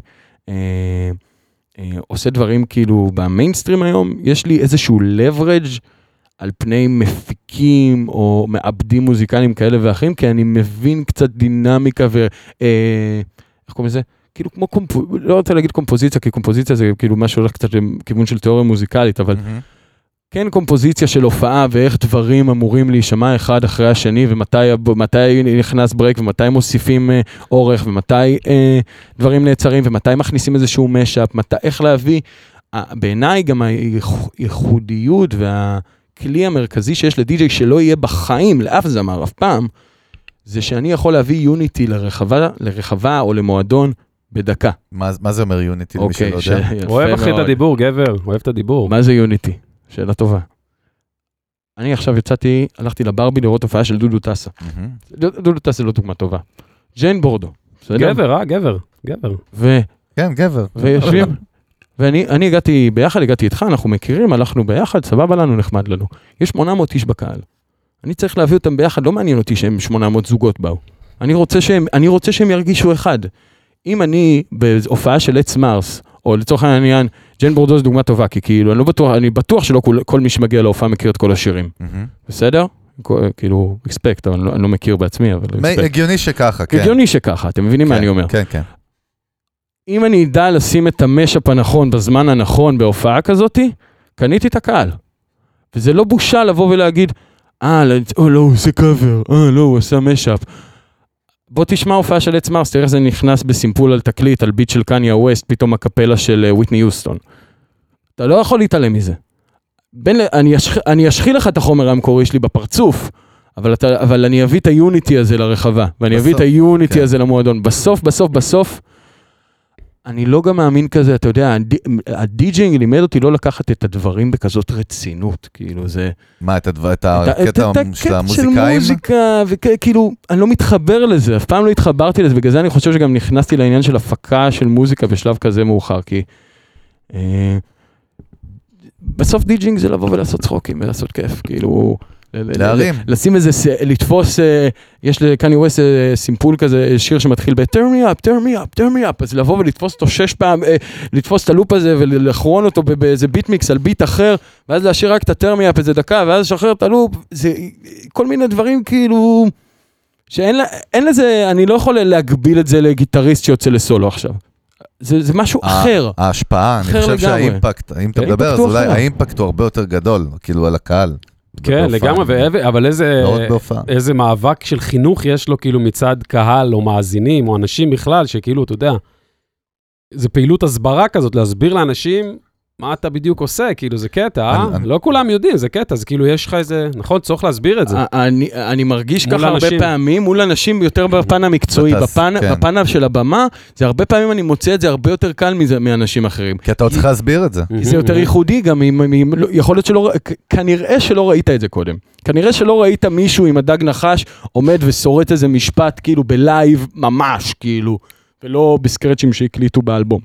עושה דברים כאילו במיינסטרים היום, יש לי איזשהו leverage על פני מפיקים או מעבדים מוזיקליים כאלה ואחרים, כי אני מבין קצת דינמיקה איך קוראים לזה? כאילו כמו לא רוצה להגיד קומפוזיציה, כי קומפוזיציה זה כאילו משהו הולך קצת לכיוון של תיאוריה מוזיקלית, אבל כן קומפוזיציה של הופעה, ואיך דברים אמורים להישמע אחד אחרי השני, ומתי נכנס ברייק, ומתי מוסיפים אורך, ומתי דברים נעצרים, ומתי מכניסים איזשהו משאפ, איך להביא, בעיניי גם הייחודיות והכלי המרכזי שיש לדי-ג'יי שלא יהיה בחיים, לאף זמר אף פעם, זה שאני יכול להביא יוניטי לרחבה או למועדון בדקה. מה זה אומר יוניטי למי שלא יודע? אוהב אחרי את הדיבור, גבר, אוהב את הדיבור. מה זה יוניטי? שאלה טובה. אני עכשיו הלכתי לברבי לראות הופעה של דודו טסה. דודו טסה לא דוגמה טובה. ג'יין בורדו. גבר, גבר. כן, גבר. ויושבים, ואני הגעתי איתך, אנחנו מכירים, הלכנו ביחד, סבבה לנו, נחמד לנו. יש 800 איש בקהל. אני צריך להביא אותם ביחד, לא מעניין אותי שהם 800 זוגות באו. אני רוצה שהם ירגישו אחד. אם אני בהופעה של אץ מרס, או לצורך העניין, ג'יין בורדו זה דוגמה טובה, כי כאילו, אני בטוח שלא כל מי שמגיע להופעה מכיר את כל השירים. בסדר? כאילו, אקספקט, אני לא מכיר בעצמי, אבל אקספקט. הגיוני שככה, כן. הגיוני שככה, אתם מבינים מה אני אומר? כן, כן. אם אני אדע לשים את המשאפ הנכון בזמן הנכון בהופעה כזאת, קניתי את הקהל. וזה לא בושה לבוא ולהגיד, לא, הוא עושה קאבר, לא, הוא עושה משאפ. בוא תשמע הופעה של אץ מרס, תראה איך זה נכנס בסימפול על תקליט, על ביט של קניה ווסט, פתאום הקפלה של וויטני יוסטון. אתה לא יכול להתעלם מזה. אני אשחיל לך את החומר המקורי שלי בפרצוף, אבל אני אביא את היוניטי הזה לרחבה, ואני אביא את היוניטי הזה למועדון. בסוף, אני לא גם מאמין כזה, אתה יודע, הדי-ג'יינג לימד אותי לא לקחת את הדברים בכזאת רצינות, כאילו זה... מה, את הקטע של המוזיקאים? של מוזיקה, וכאילו, אני לא מתחבר לזה, אף פעם לא התחברתי לזה, בגלל זה אני חושב שגם נכנסתי לעניין של הפקה של מוזיקה בשלב כזה מאוחר, כי... בסוף די-ג'יינג זה לבוא ולעשות צחוקים, ולעשות כיף, כאילו... להרים. לשים איזה, לתפוס, יש לקני ווסט סימפול כזה, שיר שמתחיל ב-turn me up, turn me up, turn me up, אז לבוא ולתפוס אותו 6 פעם, לתפוס את הלופ הזה ולחרון אותו באיזה ביטמיקס על ביט אחר, ואז להשאיר רק את ה-turn me up איזה דקה, ואז לשחרר את הלופ, זה כל מיני דברים כאילו, שאין לזה, אני לא יכול להגביל את זה לגיטריסט שיוצא לסולו עכשיו. זה משהו אחר. ההשפעה, אני חושב שהאימפקט, אם אתה מדבר, אז אולי האימפקט הוא הרבה יותר גדול, כאילו על הקהל. כן, לגמרי, אבל איזה מאבק של חינוך יש לו כאילו מצד קהל או מאזינים או אנשים בכלל, שכאילו, אתה יודע, זה פעילות הסברה כזאת, להסביר לאנשים מה אתה בדיוק עושה, כאילו זה קטע, לא כולם יודעים, זה קטע, אז כאילו יש לך איזה, נכון, צריך להסביר את זה. אני מרגיש ככה הרבה פעמים, מול אנשים יותר בפן המקצועי, בפן של הבמה, זה הרבה פעמים אני מוצא את זה הרבה יותר קל מאנשים אחרים. כי אתה צריך להסביר את זה. כי זה יותר ייחודי, גם יכול להיות שלא, כנראה שלא ראית את זה קודם. כנראה שלא ראית מישהו עם הדג נחש, עומד ושורט איזה משפט, כאילו בלייב ממש, כאילו, ולא בסקרצ'ים שהקליטו באלבום.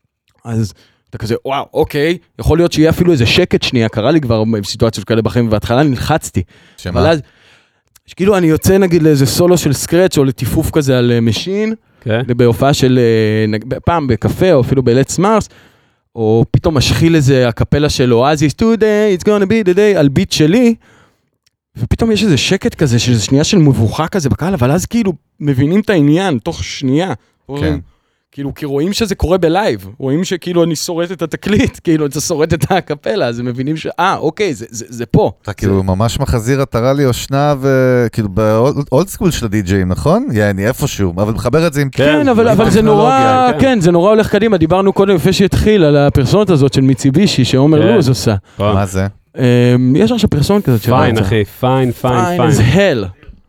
אז אתה כזה, וואו, אוקיי, יכול להיות שיהיה אפילו איזה שקט שנייה, קרה לי כבר בסיטואציות כאלה בחיים, ובהתחלה נלחצתי. שמה? כאילו אני יוצא נגיד לאיזה סולו של סקרץ' או לטיפוף כזה על משין, בהופעה של, פעם בקפה או אפילו בלץ מרס, או פתאום משחיל איזה הקפלה של אואזיס, today, it's gonna be the day, על ביט שלי, ופתאום יש איזה שקט כזה, שזה שנייה של מבוכה כזה בקהל, אבל אז כאילו מבינים את העניין, תוך שנייה. כן. כאילו, כי רואים שזה קורה בלייב, רואים שכאילו אני שורט את התקליט, כאילו אתה שורט את הקפלה, אז הם מבינים אוקיי, זה פה. אתה כאילו ממש מחזיר עטרה לי אושנה, וכאילו באולד סקול של הדי-ג'אים, נכון? יעני, איפשהו, אבל מחבר את זה עם... כן, אבל זה נורא, כן, זה נורא הולך קדימה, דיברנו קודם לפני שהתחיל על הפרסונות הזאת של מיציבישי, שעומר לוז עושה. מה זה? יש עכשיו פרסונות כזאת של... פיין, אחי, פיין. פיין is hell.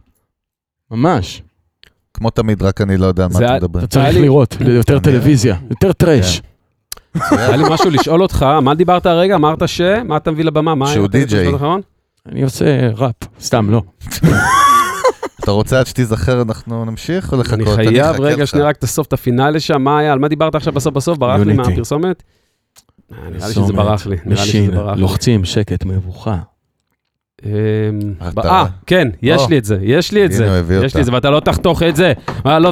ממש. כמו תמיד, רק אני לא יודע מה אתה מדבר. אתה צריך לראות, יותר טלוויזיה, יותר טרש. היה לי משהו לשאול אותך, מה דיברת הרגע? אמרת מה אתה מביא לבמה? שהוא די-ג'יי. אני עושה ראפ, סתם, לא. אתה רוצה עד שתיזכר, אנחנו נמשיך או לחכות? אני חייב, רגע, שנייה רק תסוף את הפינאלי שם, מה היה? על מה דיברת עכשיו בסוף? ברח לי מהפרסומת? נראה לי שזה ברח לי. לוחצים, שקט, מבוכה. כן, יש לי את זה, ואתה לא תחתוך את זה,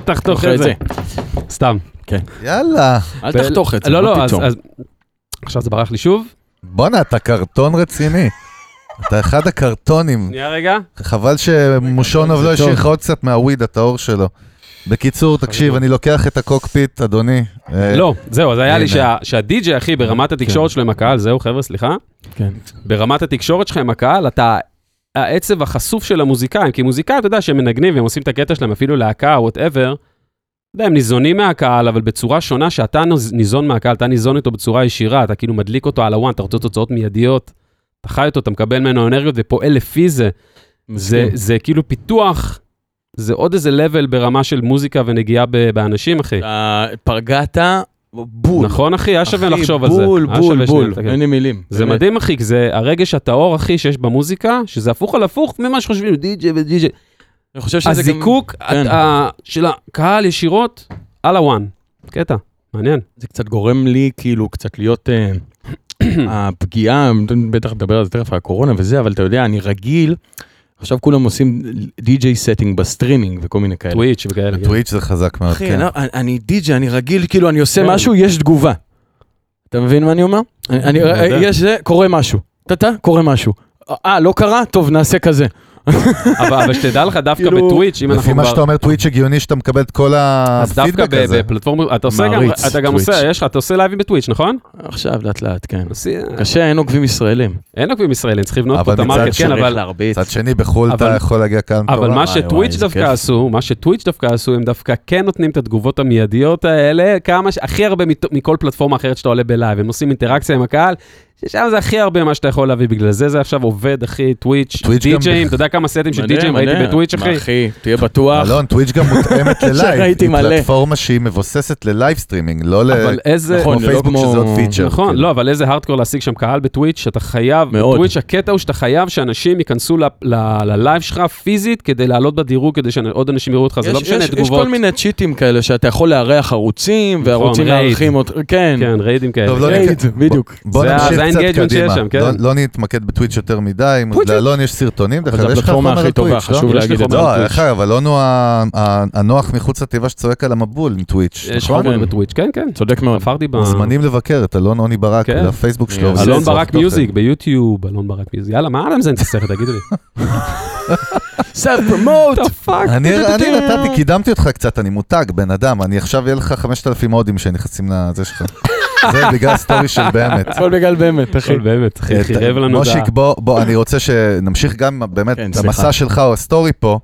סתם. יאללה. אל תחתוך את זה, לא, אז עכשיו זה ברח לי שוב. בונה, אתה קרטון רציני. אתה אחד הקרטונים. נהיה רגע. חבל שמושונוב לא ישאיר לך עוד קצת מהוויד, את האור שלו. בקיצור, תקשיב, אני לוקח את הקוקפיט, אדוני. לא, זהו, אז היה לי שהדי-ג'יי, אחי, ברמת התקשורת שלו עם הקהל, זהו, חבר'ה, סליחה. כן. ברמת התקשורת שלך עם הקהל, אתה העצב החשוף של המוזיקאים, כי מוזיקאים, אתה יודע, שהם מנגנים והם עושים את הקטע שלהם, אפילו להקה, whatever, הם ניזונים מהקהל, אבל בצורה שונה, שאתה ניזון מהקהל, אתה ניזון איתו בצורה ישירה, אתה כאילו מדליק אותו על הוואן, אתה רוצה תוצאות מיידיות, אתה חי אותו, אתה מקבל ממנו אנרגיות, ופועל לפי זה. זה כאילו פיתוח, זה עוד איזה לבל ברמה של מוזיקה ונגיעה באנשים, אחי. פרגעת, בול. נכון, אחי? היה שווה לחשוב על זה. בול, אין לי מילים. זה מדהים, אחי, זה הרגש הטהור, אחי, שיש במוזיקה, שזה הפוך על הפוך ממה שחושבים, די-ג'יי ודי-ג'יי. הזיקוק של הקהל ישירות על הוואן. קטע, מעניין. זה קצת גורם לי, כאילו, קצת להיות הפגיעה, בטח לדבר על זה תכף, הקורונה וזה, אבל אתה יודע, אני רגיל, עכשיו כולם עושים די-ג'יי סטינג בסטרימינג וכל מיני כאלה. טוויץ' וכאלה. טוויץ' זה חזק מאוד, כן. אחי, אני די-ג'יי, אני רגיל, כאילו, אני עושה משהו, יש תגובה. אתה מבין מה אני אומר? יש זה, קורה משהו. קורה משהו. לא קרה? טוב, נעשה כזה. אבל שתדע לך דווקא בטוויץ', אם אנחנו לפי מה שאתה אומר, טוויץ' הגיוני שאתה מקבל את כל הפידבק הזה. אז דווקא בפלטפורמה, אתה גם עושה, אתה עושה לייבים בטוויץ', נכון? עכשיו, לאט, כן. קשה, אין עוקבים ישראלים. אין עוקבים ישראלים, צריך לבנות פה את המרקט, כן, אבל... מצד שני, בחול אתה יכול להגיע כאן טוב. אבל מה שטוויץ' דווקא עשו, הם דווקא כן נותנים את התגובות המיידיות האלה, הכי הרבה מכל פלטפורמה אחרת שאתה עולה בלייב, הם עושים אינטראקציה עם הקהל, ששם זה הכי הרבה מה שאתה יכול להביא, בגלל זה עכשיו עובד, אחי, טוויץ', די-ג'יים, אתה יודע כמה סטים של די-ג'יים ראיתי בטוויץ', אחי? תהיה בטוח. אלון, טוויץ' גם מותאמת ללייב, היא פלטפורמה שהיא מבוססת ללייב סטרימינג, לא כמו פייסבוק שזה עוד פיצ'ר. נכון, לא, אבל איזה הארדקור להשיג שם קהל בטוויץ', שאתה חייב, בטוויץ' הקטע הוא שאתה חייב שאנשים ייכנסו ללייב שלך פיזית, כדי לעלות בדירוג, כדי שעוד אנשים יראו אותך, זה לא משנה תגובות. יש כל מיני צ'יטים כאלה, שאתה יכול לארח ערוצים, והערוצים מארחים אותך, כן, ריידים כאלה. בדיוק. בוא נמשיך קצת קדימה. לא נתמקד בטוויץ' יותר מדי, לאלון יש סרטונים, זה הפלטפורמה הכי טובה, חשוב להגיד את זה. לא, אבל אלון הוא הנוח מחוץ לטבע שצועק על המבול עם טוויץ'. יש חומר בטוויץ', כן, כן. צודק מאוד. מוזמנים לבקר את אלון עוני ברק לפייסבוק שלו. אלון ברק מיוזיק ביוטיוב, אלון ברק מיוזיק. יאללה, מה עליהם זה נתסך, תגידו לי. self-promote. אני נתתי, קידמתי אותך קצת, אני מותג, בן אדם, אני עכשיו יהיה לך 5,000 הודים שנכנסים לזה שלך. זה בגלל סטורי של באמת. הכל בגלל באמת, אחי. הכל באמת, אחי, חירב לנו. מושיק, בוא, אני רוצה שנמשיך גם באמת, המסע שלך או הסטורי פה,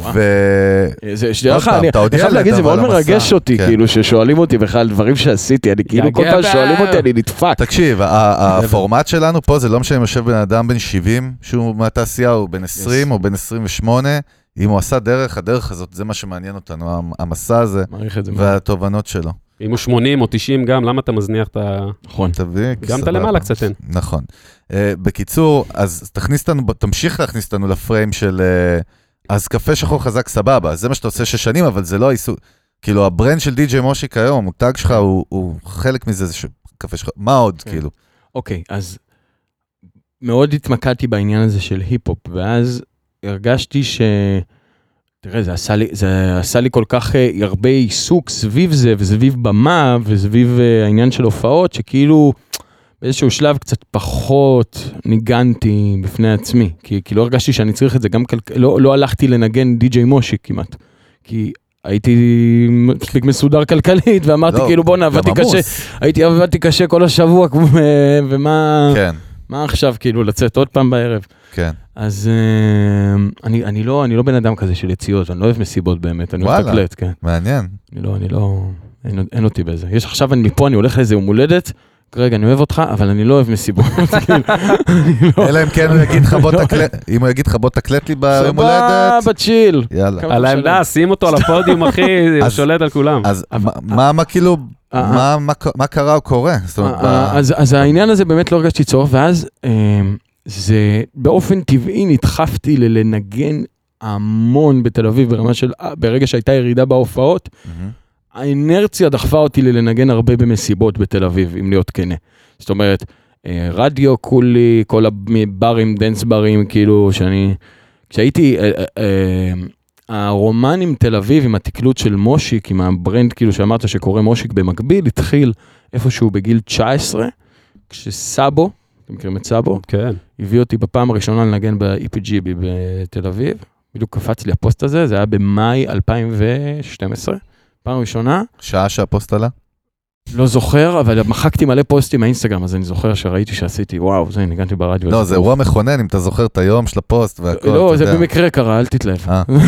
אני חייב להגיד, זה מאוד מרגש אותי, כאילו, ששואלים אותי בכלל דברים שעשיתי, אני כאילו כל פעם שואלים אותי, אני נדפק. תקשיב, הפורמט שלנו פה, זה לא משנה אם יושב בן אדם בן 70, שהוא מהתעשייה, הוא בן 20 או בן 28, אם הוא עשה דרך, הדרך הזאת, זה מה שמעניין אותנו, המסע הזה, והתובנות שלו. אם הוא 80 או 90 גם, למה אתה מזניח את ה... נכון. גם אתה למעלה קצת אין. נכון. בקיצור, אז תמשיך להכניס אותנו לפריים של... אז קפה שחור חזק סבבה, זה מה שאתה עושה 6 שנים, אבל זה לא עיסוק. כאילו, הברנד של די.ג'יי מושיק היום, המותג שלך הוא חלק מזה, זה קפה שחור. מה עוד, כאילו? אוקיי, אז מאוד התמקדתי בעניין הזה של היפ-הופ, ואז הרגשתי תראה, זה עשה לי כל כך הרבה עיסוק סביב זה, וסביב במה, וסביב העניין של הופעות, שכאילו באיזשהו שלב קצת פחות ניגנתי בפני עצמי, כי לא הרגשתי שאני צריך את זה, גם לא הלכתי לנגן די.ג'יי מושיק כמעט, כי הייתי מספיק מסודר כלכלית, ואמרתי כאילו בוא נעבדתי קשה, עבדתי קשה כל השבוע, ומה עכשיו כאילו לצאת עוד פעם בערב. כן. אז אני לא בן אדם כזה של יציאות, אני לא אוהב מסיבות באמת, אני אוהב תקלט, כן. מעניין. אין אותי בזה. יש עכשיו, מפה אני הולך לאיזה יום הולדת, רגע, אני אוהב אותך, אבל אני לא אוהב מסיבות. אלא אם כן הוא יגיד לך בוא תקלט, אם הוא יגיד לך בוא תקלט לי ביום הולדת. סבבה, צ'יל. יאללה. על העמדה, שים אותו על הפודיום, אחי, הוא שולט על כולם. אז מה כאילו, מה קרה או קורה? אז העניין הזה באמת לא הרגשתי צורך, ואז זה באופן טבעי נדחפתי לנגן המון בתל אביב, ברמה של, ברגע שהייתה ירידה בהופעות, האנרציה דחפה אותי לנגן הרבה במסיבות בתל אביב, אם להיות כנה. זאת אומרת, רדיו כולי, כל הברים, דנס ברים, כאילו, כשהייתי, הרומן עם תל אביב, עם התקלות של מושיק, עם הברנד, כאילו, שאמרת שקורא מושיק במקביל, התחיל איפשהו בגיל 19, כשסאבו, אתם מכירים את סאבו? כן. הביא אותי בפעם הראשונה לנגן ב-EPGB בתל אביב, בדיוק קפץ לי הפוסט הזה, זה היה במאי 2012, פעם ראשונה. שעה שהפוסט עלה? לא זוכר, אבל מחקתי מלא פוסטים מהאינסטגרם, אז אני זוכר שראיתי שעשיתי, וואו, זה, ניגנתי ברדיו. לא, זה אירוע מכונן, אם אתה זוכר את היום של הפוסט והכל. לא, זה במקרה קרה, אל תתלהב.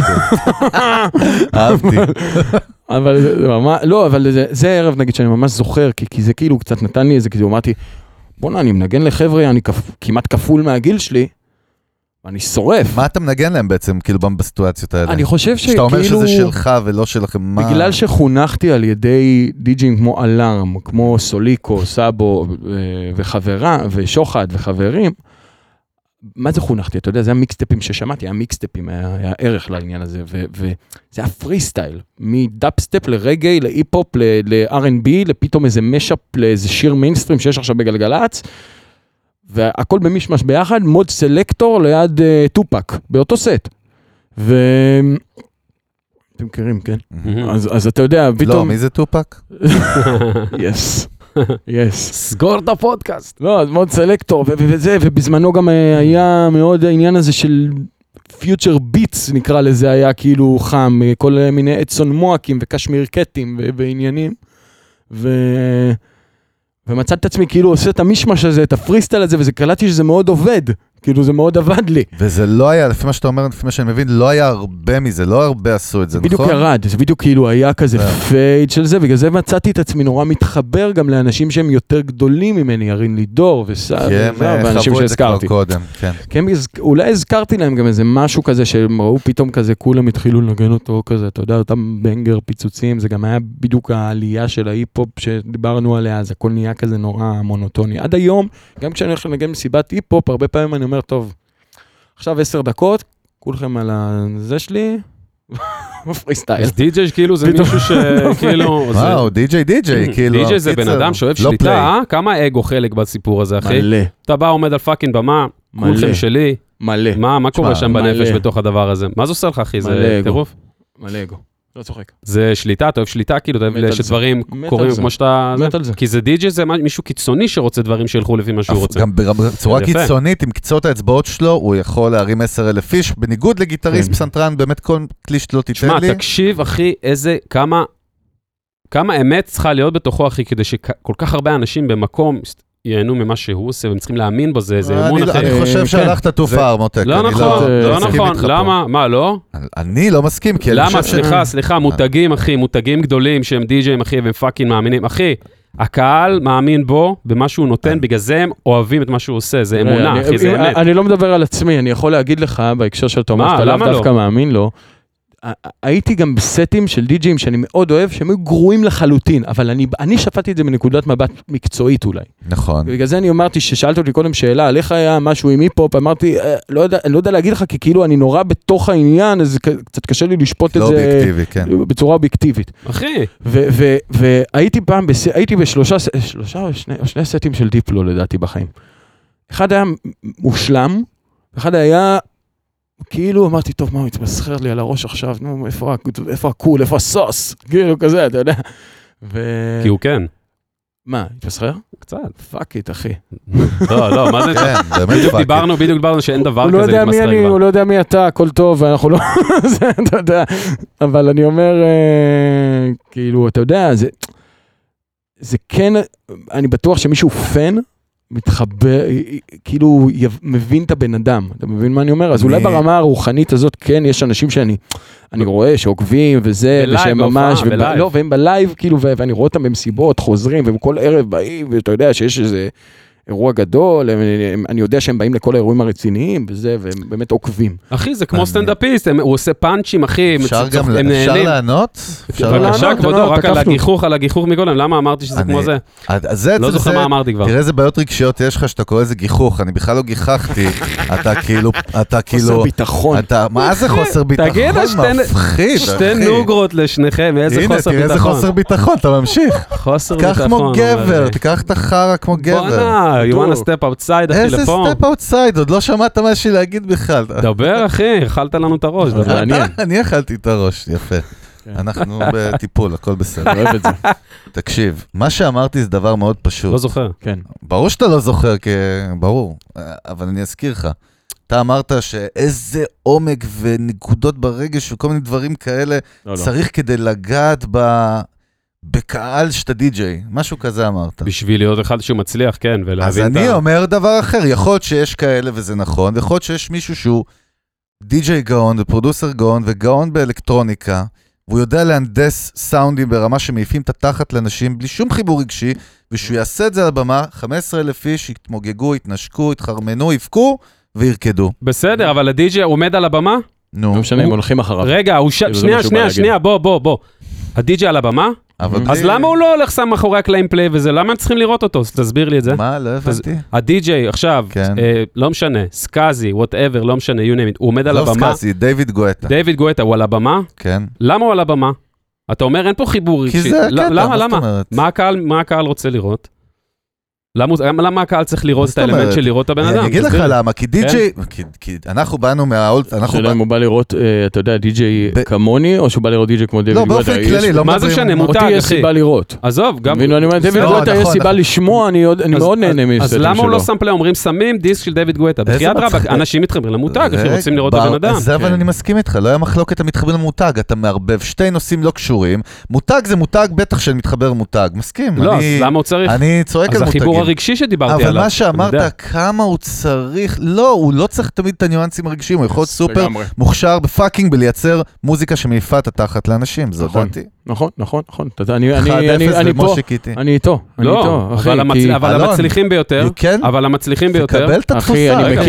אהבתי. אבל לא, אבל זה ערב, נגיד, שאני ממש זוכר, כי זה כאילו קצת נתן לי איזה, כי אמרתי, בוא'נה, אני מנגן לחבר'ה, אני כמעט כפול מהגיל שלי, ואני שורף. מה אתה מנגן להם בעצם, כאילו, בסיטואציות האלה? אני חושב שכאילו... שאתה אומר שזה שלך ולא שלכם, מה... בגלל שחונכתי על ידי די-ג'ים כמו אלארם, כמו סוליקו, סאבו וחברה, ושוחד וחברים, מה זה חונכתי? אתה יודע, זה המיקסטפים ששמעתי, המיקסטפים היה ערך לעניין הזה, וזה היה פרי סטייל, מדאפסטפ לרגעי, להיפ-הופ, ל-R&B, לפתאום איזה משאפ, לאיזה שיר מיינסטרים שיש עכשיו בגלגלץ, והכל במשמש ביחד, מוד סלקטור ליד טופק, באותו סט. אתם מכירים, כן? אז אתה יודע, פתאום... לא, מי זה טופק? יס. יס. סגור את הפודקאסט. לא, אז מאוד סלקטור, וזה, ובזמנו גם היה מאוד העניין הזה של פיוטר ביטס נקרא לזה, היה כאילו חם, כל מיני אצון מואקים וקשמיר קטים ועניינים, ומצאת את עצמי כאילו עושה את המשמש הזה, את הפריסטייל הזה, וזה קלטתי שזה מאוד עובד, כאילו זה מאוד עבד לי. וזה לא היה, לפי מה שאתה אומר, לפי מה שאני מבין, לא היה הרבה מזה, לא הרבה עשו את זה, נכון? בדיוק ירד, זה בדיוק כאילו היה כזה פייד של זה, בגלל זה מצאתי את עצמי נורא מתחבר גם לאנשים שהם יותר גדולים ממני, ירין לידור ואנשים שהזכרתי. כן, אולי הזכרתי להם גם איזה משהו כזה, שהם ראו פתאום כזה, כולם התחילו לנגן אותו כזה, אתה יודע, אותם בנגר פיצוצים, זה גם היה בדיוק העלייה של ההיפ-הופ שדיברנו עליה, אז הכל נהיה כזה נורא מונוטוני. עד היום, גם כשאני הולך לנגן מסיבת היפ-הופ, הרבה פעמים אני אומר, טוב, עכשיו 10 דקות, כולכם על זה שלי, פריסטייל. אז די-ג'יי כאילו זה מישהו שכאילו... וואו, די-ג'יי, כאילו... די-ג'יי זה בן אדם שאוהב שליטה, כמה אגו חלק בסיפור הזה, אחי? מלא. אתה בא, עומד על פאקינג במה, כולכם שלי. מלא. מה קורה שם בנפש בתוך הדבר הזה? מה זה עושה לך, אחי? זה טירוף? מלא אגו. לא צוחק. זה שליטה, אתה אוהב שליטה, כאילו, אתה אוהב שדברים קורים כמו שאתה... כי זה די-ג'יי, זה מישהו קיצוני שרוצה דברים שילכו לפי מה שהוא רוצה. גם בצורה קיצונית, עם קצות האצבעות שלו, הוא יכול להרים 10,000 איש, בניגוד לגיטריסט פסנתרן, באמת כל כלי שלא תיתן לי. שמע, תקשיב, אחי, כמה אמת צריכה להיות בתוכו, אחי, כדי שכל כך הרבה אנשים במקום ייהנו ממה שהוא עושה, והם צריכים להאמין בו, זה אמון אחר. אני חושב שהלכת תו פאר, מותק. לא נכון, למה? מה, לא? אני לא מסכים, כי אני חושב סליחה, מותגים, אחי, מותגים גדולים שהם די-ג'יים, אחי, והם פאקינג מאמינים. אחי, הקהל מאמין בו, במה שהוא נותן, בגלל זה הם אוהבים את מה שהוא עושה, זה אמונה, אחי, זה אמת. אני לא מדבר על עצמי, אני יכול להגיד לך, בהקשר של תומך, שאתה לאו דווקא מאמין לו, הייתי גם בסטים של די-ג'ים שאני מאוד אוהב, שהם היו גרועים לחלוטין, אבל אני שפטתי את זה מנקודת מבט מקצועית אולי. נכון. ובגלל זה אני אמרתי, ששאלת אותי קודם שאלה, על איך היה משהו עם היפ-הופ, אמרתי, אני לא יודע להגיד לך, כי כאילו אני נורא בתוך העניין, אז קצת קשה לי לשפוט את זה בצורה אובייקטיבית. אחי. והייתי פעם, הייתי בשלושה או שני סטים של דיפלו לדעתי בחיים. אחד היה מושלם, אחד היה כאילו אמרתי, טוב, מה הוא התמסחר לי על הראש עכשיו? נו, איפה הקול, איפה הסוס? כאילו כזה, אתה יודע. כי הוא כן. מה, התמסחר? קצת. פאק איט, אחי. לא, מה זה? בדיוק דיברנו שאין דבר כזה להתמסחר כבר. הוא לא יודע מי אתה, הכל טוב, ואנחנו לא... אתה יודע. אבל אני אומר, כאילו, אתה יודע, זה כן, אני בטוח שמישהו פן, מתחבר, כאילו מבין את הבן אדם, אתה מבין מה אני אומר? אז אולי ברמה הרוחנית הזאת, כן, יש אנשים שאני רואה שעוקבים וזה, ושהם ממש, והם בלייב, כאילו, ואני רואה אותם במסיבות, חוזרים, והם כל ערב באים, ואתה יודע שיש איזה אירוע גדול, אני יודע שהם באים לכל האירועים הרציניים, וזה, והם באמת עוקבים. אחי, זה כמו סטנדאפיסט, הוא עושה פאנצ'ים, אחי, אפשר לענות? בבקשה, כבודו, רק על הגיחוך מקודם, למה אמרתי שזה כמו זה? לא זוכר מה אמרתי כבר. תראה איזה בעיות רגשיות יש לך שאתה קורא איזה גיחוך, אני בכלל לא גיחכתי, אתה כאילו... חוסר ביטחון. מה זה חוסר ביטחון? תגיד, שתי נוגרות לשניכם, איזה חוסר ביטחון. הנה, תראה איזה חוסר ביטחון, אתה ממשיך. חוסר ביטחון. תיקח כמו גבר, תיקח את החרה כמו גבר. you want to step outside, אחי, איזה step outside? עוד לא שמעת מה שלי להגיד בכלל. דבר, אחי, אכלת לנו את הראש. אני אכלתי את הראש, יפה. אנחנו בטיפול, הכל בסדר. אוהב את זה. תקשיב, מה שאמרתי זה דבר מאוד פשוט. לא זוכר. כן. ברור שאתה לא זוכר, ברור, אבל אני אזכיר לך. אתה אמרת שאיזה עומק ונקודות ברגש וכל מיני דברים כאלה צריך כדי לגעת בקהל שאתה די-ג'יי, משהו כזה אמרת. בשביל להיות אחד שהוא מצליח, כן, ולהבין אז אני אומר דבר אחר, יכול להיות שיש כאלה וזה נכון, ויכול להיות שיש מישהו שהוא די-ג'יי גאון ופרודוסר גאון וגאון באלקטרוניקה, והוא יודע להנדס סאונדים ברמה שמעיפים את התחת לאנשים בלי שום חיבור רגשי, ושהוא יעשה את זה על הבמה, 15,000 איש יתמוגגו, יתנשקו, יתחרמנו, יפקו וירקדו. בסדר, אבל הדי-ג'יי הוא עומד על הבמה? נו. לא משנה, הם הולכים אחריו. רגע, שנייה, בוא. הדי-ג'יי על הבמה? אז למה הוא לא הולך שם מאחורי הקלעים פליי וזה? למה הם צריכים לראות אותו? תסביר לי את זה. מה? לא הבנתי. הדי-ג'יי עכשיו, לא משנה, סקאזי, whatever, לא משנה, you name it, הוא עומד על הבמה. לא סקאזי, דיוויד גואטה. דיוויד גואטה, הוא על הבמה? כן. למה הוא על הבמה? אתה אומר, אין פה חיבור רגשי. כי זה הקטע, למה? מה הקהל רוצה לראות? למה הקהל צריך לראות את האלמנט של לראות את הבן אדם? אני אגיד לך למה, כי די-ג'יי, כי אנחנו באנו מהאולד, שאלה אם הוא בא לראות, אתה יודע, די-ג'יי כמוני, או שהוא בא לראות די-ג'יי כמו דיוויד גואטה? לא, באופן כללי, לא מה זה שנה, מותג, אחי? אותי יש סיבה לראות. עזוב, גם... דיוויד גואטה יש סיבה לשמוע, אני מאוד נהנה מסטים שלו. אז למה הוא לא שם פליי? אומרים, שמים דיסק של דיוויד גואטה. בחיית רבאק, אנשים מתחברים למותג, אחי, רוצים לראות את הבן אדם. זה אבל אני מסכים איתך, לא היה מחלוקת המתחברים למותג, אתה מערבב שתי נושאים לא קשורים, מותג זה מותג, בטח שמתחבר למותג, מסכים. לא, אז למה הוא צריך? אני צועק על מותגים. אז החיבור הרגשי שדיברתי עליו. אבל מה שאמרת, כמה הוא צריך, לא, הוא לא צריך תמיד את הניואנסים הרגשיים, הוא יכול להיות סופר מוכשר בפאקינג בלייצר מוזיקה שמעיפה את התחת לאנשים, זאת דעתי. נכון. אני איתו. לא, אבל המצליחים ביותר, אחי, אני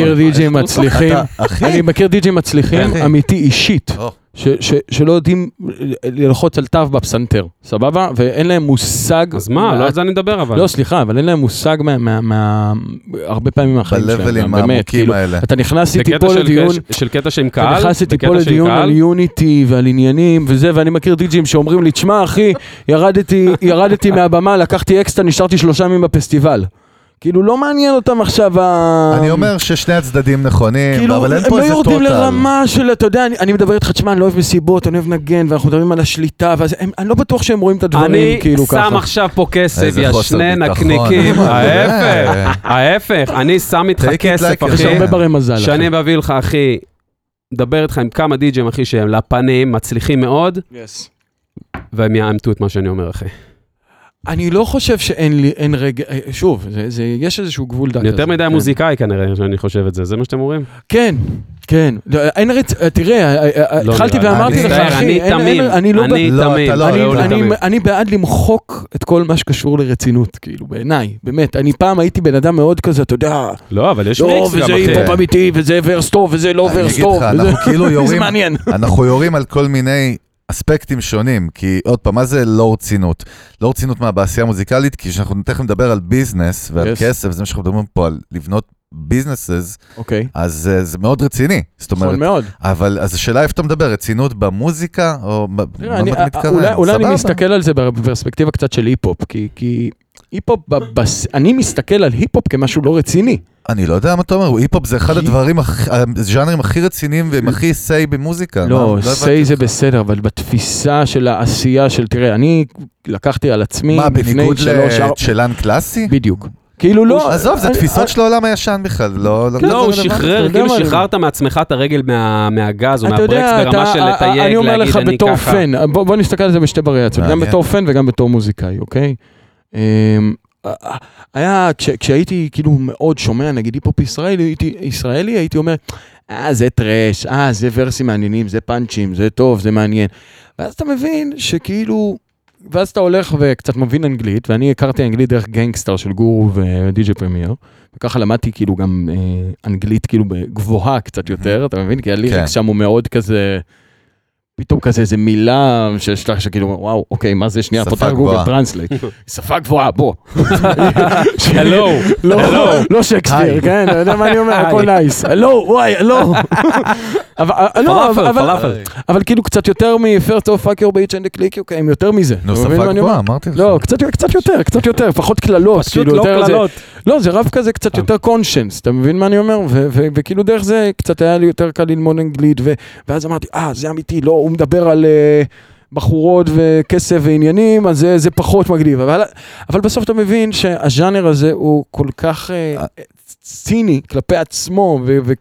מכיר די-ג'יי מצליחים, אמיתי אישית. שלא יודעים ללחוץ על תו בפסנתר, סבבה? ואין להם מושג... אז מה? לא על זה אני מדבר אבל. לא, סליחה, אבל אין להם מושג הרבה פעמים מהחיים שלהם. בלבלים העמוקים האלה. אתה נכנס איתי פה לדיון... של קטע שעם קהל? אתה נכנס איתי פה לדיון על יוניטי ועל עניינים וזה, ואני מכיר די-ג'ים שאומרים לי, תשמע אחי, ירדתי מהבמה, לקחתי אקסטה, נשארתי 3 ימים בפסטיבל. כאילו לא מעניין אותם עכשיו אני אומר ששני הצדדים נכונים, כאילו, אבל אין פה איזה טוטל. הם לא יורדים לרמה של, אתה יודע, אני מדבר איתך, תשמע, אני לא אוהב מסיבות, אני אוהב נגן, ואנחנו מדברים על השליטה, אני לא בטוח שהם רואים את הדברים כאילו ככה. אני שם עכשיו פה כסף, יא שני נקניקים, ההפך, אני שם איתך כסף, אחי, שאני מביא לך, אחי, מדבר איתך עם כמה די-ג'ים, אחי, שהם לפנים, מצליחים מאוד, והם יאמתו את מה שאני אומר, אחי. אני לא חושב שאין רגע, שוב, יש איזשהו גבול דק. יותר מדי מוזיקאי כנראה, שאני חושב את זה, זה מה שאתם אומרים? כן. תראה, התחלתי ואמרתי לך, אחי, אני בעד למחוק את כל מה שקשור לרצינות, כאילו, בעיניי, באמת, אני פעם הייתי בן אדם מאוד כזה, אתה יודע, לא, אבל יש מיקס גם אחר. וזה היפ-הופ אמיתי, וזה ורס טוב, וזה לא ורס טוב, זה מעניין. אנחנו יורים על כל מיני אספקטים שונים, כי עוד פעם, מה זה לא רצינות? לא רצינות מה בעשייה מוזיקלית, כי כשאנחנו תכף נדבר על ביזנס ועל כסף, זה מה שאנחנו מדברים פה על לבנות ביזנסס, אז זה מאוד רציני. זאת אומרת, אבל אז השאלה איפה אתה מדבר, רצינות במוזיקה, או מה אתה מתכוון? אולי אני מסתכל על זה בפרספקטיבה קצת של היפ-הופ, כי היפ-הופ, אני מסתכל על היפ-הופ כמשהו לא רציני. אני לא יודע מה אתה אומר, היפ-הופ זה אחד הדברים, הז'אנרים הכי רציניים והם הכי סיי במוזיקה. לא, סיי זה בסדר, אבל בתפיסה של העשייה של, תראה, אני לקחתי על עצמי... מה, בניגוד לשלן קלאסי? בדיוק. כאילו לא... עזוב, זה תפיסות של העולם הישן בכלל, לא... לא, הוא שחרר, כאילו שחררת מעצמך את הרגל מהגז או מהברקס ברמה של לתייג, אני אומר לך בתור פן, בוא נסתכל על זה בשתי וריאציות, גם בתור פן וגם בתור מוזיקאי, אוקיי? היה, כשהייתי כאילו מאוד שומע, נגיד היפ-הופ ישראלי, הייתי אומר, זה טרש, זה ורסים מעניינים, זה פאנצ'ים, זה טוב, זה מעניין. ואז אתה מבין שכאילו, ואז אתה הולך וקצת מבין אנגלית, ואני הכרתי אנגלית דרך גנגסטר של גורו ודי-ג'יי פרמייר, וככה למדתי כאילו גם אנגלית כאילו גבוהה קצת יותר, אתה מבין? כי הליריקס שם הוא מאוד כזה... פתאום כזה איזה מילה שיש לך שכאילו, וואו, אוקיי, מה זה שנייה, פותח גוגל טרנסלייט. שפה גבוהה, בוא. הלו, לא שייקספיר, כן, אתה יודע מה אני אומר, הכל נייס. הלו, וואי, הלו. אבל כאילו קצת יותר מ-First of Fuck Your Bitch and the Click, אוקיי, הם יותר מזה. נו, שפה גבוהה, אמרתי לך. לא, קצת יותר, פחות קללות. פשוט לא קללות. לא, זה רב כזה קצת יותר קונשנס, אתה מבין מה אני אומר? וכאילו דרך זה קצת היה לי יותר קל ללמוד אנגלית, ואז אמרתי, זה אמיתי, לא, הוא מדבר על בחורות וכסף ועניינים, אז זה פחות מגניב. אבל בסוף אתה מבין שהז'אנר הזה הוא כל כך ציני כלפי עצמו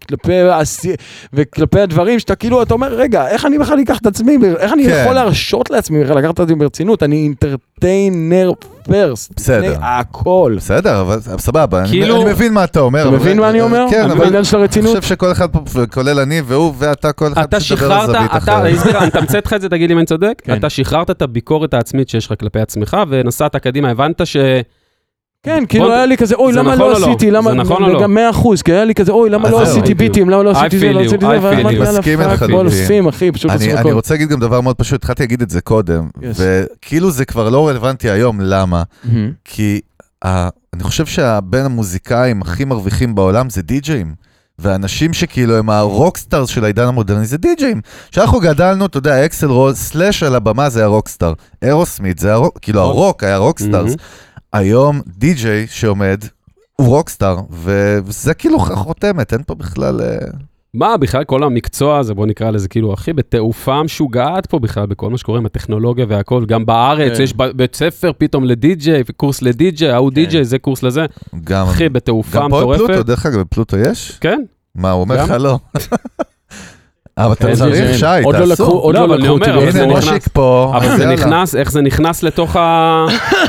וכלפי הדברים שאתה כאילו, אתה אומר, רגע, איך אני בכלל אקח את עצמי, איך אני יכול להרשות לעצמי לקחת את עצמי ברצינות? אני אינטרטיינר פרסט. בסדר. הכל. בסדר, אבל סבבה. אני מבין מה אתה אומר. אתה מבין מה אני אומר? כן, אבל אני חושב שכל אחד פה, כולל אני והוא ואתה, כל אחד שדבר על זווית אחרת. אני תמצאת לך את זה, תגיד לי אם אני צודק. אתה שחררת את הביקורת העצמית שיש לך כלפי עצמך, ונסעת קדימה, הבנת ש... כן, כאילו היה לי כזה, אוי, למה לא עשיתי, למה, גם 100%, כי היה לי כזה, אוי, למה לא עשיתי ביטים, למה לא עשיתי זה, לא עשיתי זה, אני מסכים איתך, אחי, פשוט אני רוצה להגיד גם דבר מאוד פשוט, התחלתי להגיד את זה קודם, וכאילו זה כבר לא רלוונטי היום, למה? כי אני חושב שהבין המוזיקאים הכי מרוויחים בעולם זה די-ג'אים, ואנשים שכאילו הם הרוקסטארס של העידן המודרני זה די-ג'אים. כשאנחנו גדלנו, אתה יודע, אקסל רול, סלאש על הבמה זה הרוקסטאר, אירוסמית, זה כאילו הרוק היה רוקסטארס, היום די-ג'יי שעומד, הוא רוקסטאר, וזה כאילו חותמת, אין פה בכלל... מה, בכלל כל המקצוע הזה, בוא נקרא לזה כאילו, אחי, בתעופה משוגעת פה בכלל, בכל מה שקורה עם הטכנולוגיה והכל, גם בארץ, יש בית ספר פתאום לדי-ג'יי, קורס לדי-ג'יי, ההוא די-ג'יי, זה קורס לזה. אחי, בתעופה מטורפת. גם פה פלוטו, דרך אגב, בפלוטו יש? כן. מה, הוא אומר לך לא. אבל אתה צריך, שי, תעשו. עוד לא לקחו אותי. הנה מושיק פה. אבל זה נכנס, איך זה נכנס לתוך ה...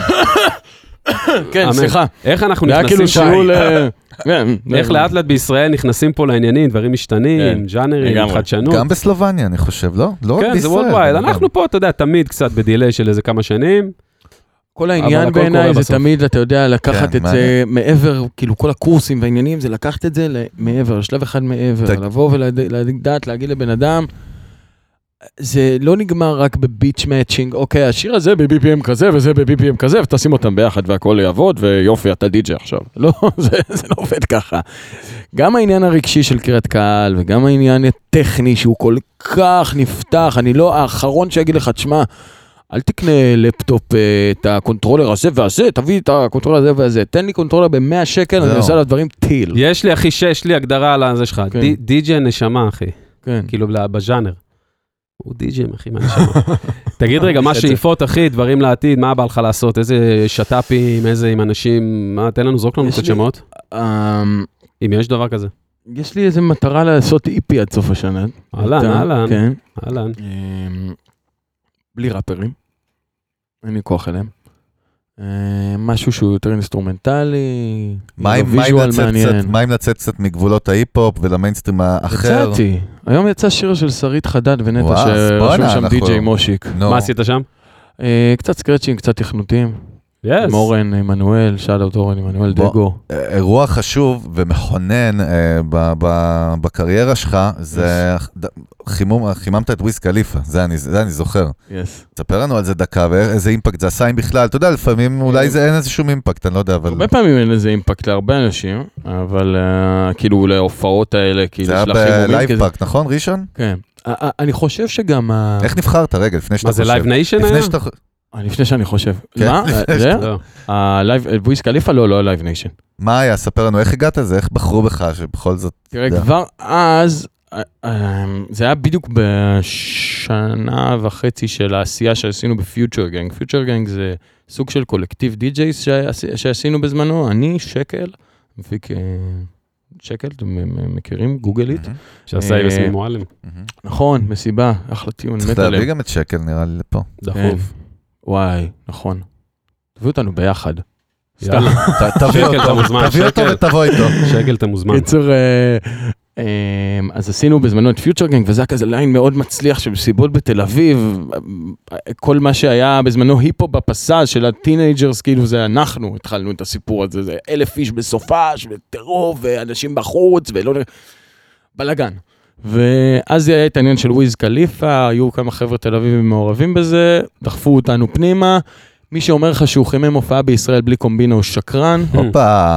כן, סליחה. איך אנחנו נכנסים שי? איך לאט לאט בישראל נכנסים פה לעניינים, דברים משתנים, ז'אנרים, חדשנות. גם בסלובניה, אני חושב, לא? לא רק בישראל. כן, זה וורלדווייד. אנחנו פה, אתה יודע, תמיד קצת בדילי של איזה כמה שנים. כל העניין בעיניי זה תמיד, אתה יודע, לקחת את זה מעבר, כאילו כל הקורסים והעניינים, זה לקחת את זה מעבר, שלב אחד מעבר, לבוא ולדעת, להגיד לבן אדם, זה לא נגמר רק בביץ' מאצ'ינג, אוקיי, השיר הזה ב-BPM כזה וזה ב-BPM כזה, ותשים אותם ביחד והכל יעבוד, ויופי, אתה די-ג'יי עכשיו. לא, זה לא עובד ככה. גם העניין הרגשי של קריאת קהל, וגם העניין הטכני שהוא כל כך נפתח, אני לא האחרון שיגיד לך, תשמע, אל תקנה לפטופ את הקונטרולר הזה והזה, תביא את הקונטרולר הזה והזה, תן לי קונטרולר ב-100 שקל, אני עושה לה דברים טיל. יש לי, אחי, יש לי הגדרה על זה שלך, די-ג'יי נשמה, אחי. כן. כאילו, בז'אנר. הוא די-ג'יי, אחי, מה נשמה. תגיד רגע, מה שאיפות, אחי, דברים לעתיד, מה בא לך לעשות, איזה שטאפים, איזה עם אנשים, מה, תן לנו, זרוק לנו קצת שמות. אם יש דבר כזה. יש לי איזה מטרה לעשות איפי עד סוף השנה. אהלן. כן. אהלן. בלי ראפרים. אין לי כוח אליהם. משהו שהוא יותר אינסטרומנטלי, ויז'ואל מעניין. מה אם לצאת קצת מגבולות ההיפ-הופ ולמיינסטרים האחר? יצאתי. היום יצא שיר של שרית חדד ונטע שרשום שם די-ג'יי מושיק. מה עשית שם? קצת סקרצ'ינג, קצת תכנותים. עם אורן, עמנואל, שאט-אוט אורן, עמנואל דגו. אירוע חשוב ומכונן בקריירה שלך, זה חיממת את וויז קליפה, זה אני זוכר. תספר לנו על זה דקה, ואיזה אימפקט זה עשה עם בכלל, אתה יודע, לפעמים אולי זה אין איזשהו אימפקט, אני לא יודע, אבל... הרבה פעמים אין איזה אימפקט להרבה אנשים, אבל כאילו להופעות האלה, כאילו... זה היה בלייב פארק, נכון, ראשון? כן. אני חושב שגם... איך נבחרת רגע, לפני שאתה חושב? מה זה לייב ניישן היה? לפני שאני חושב. מה? זה? וויז קליפה? לא, לייב ניישן. מה היה? ספר לנו, איך הגעת לזה? איך בחרו בך שבכל זאת... תראה, כבר אז, זה היה בדיוק בשנה וחצי של העשייה שעשינו בפיוטר גנג. פיוטר גנג זה סוג של קולקטיב די-ג'ייס שעשינו בזמנו. אני, שקל, מפיק שקל, אתם מכירים? גוגלית. שעשה עם יסמין מועלם. נכון, מסיבה, אחלה טיעון. צריך להביא גם את שקל, נראה לי לפה. דחוף. וואי, נכון. תביאו אותנו ביחד. יאללה, שקל אתה מוזמן. תביא אותו ותבוא איתו. שקל אתה מוזמן. קיצור, אז עשינו בזמנו את פיוטר גנג, וזה היה כזה ליין מאוד מצליח של מסיבות בתל אביב, כל מה שהיה בזמנו היפו בפסאז' של הטינג'רס, כאילו זה אנחנו התחלנו את הסיפור הזה, זה 1,000 איש בסופש, וטרור, ואנשים בחוץ, ולא... בלגן. ואז זה היה את העניין של וויז קליפה, היו כמה חבר'ה תל אביבים מעורבים בזה, דחפו אותנו פנימה, מי שאומר לך שהוא חימם הופעה בישראל בלי קומבינה הוא שקרן. הופה.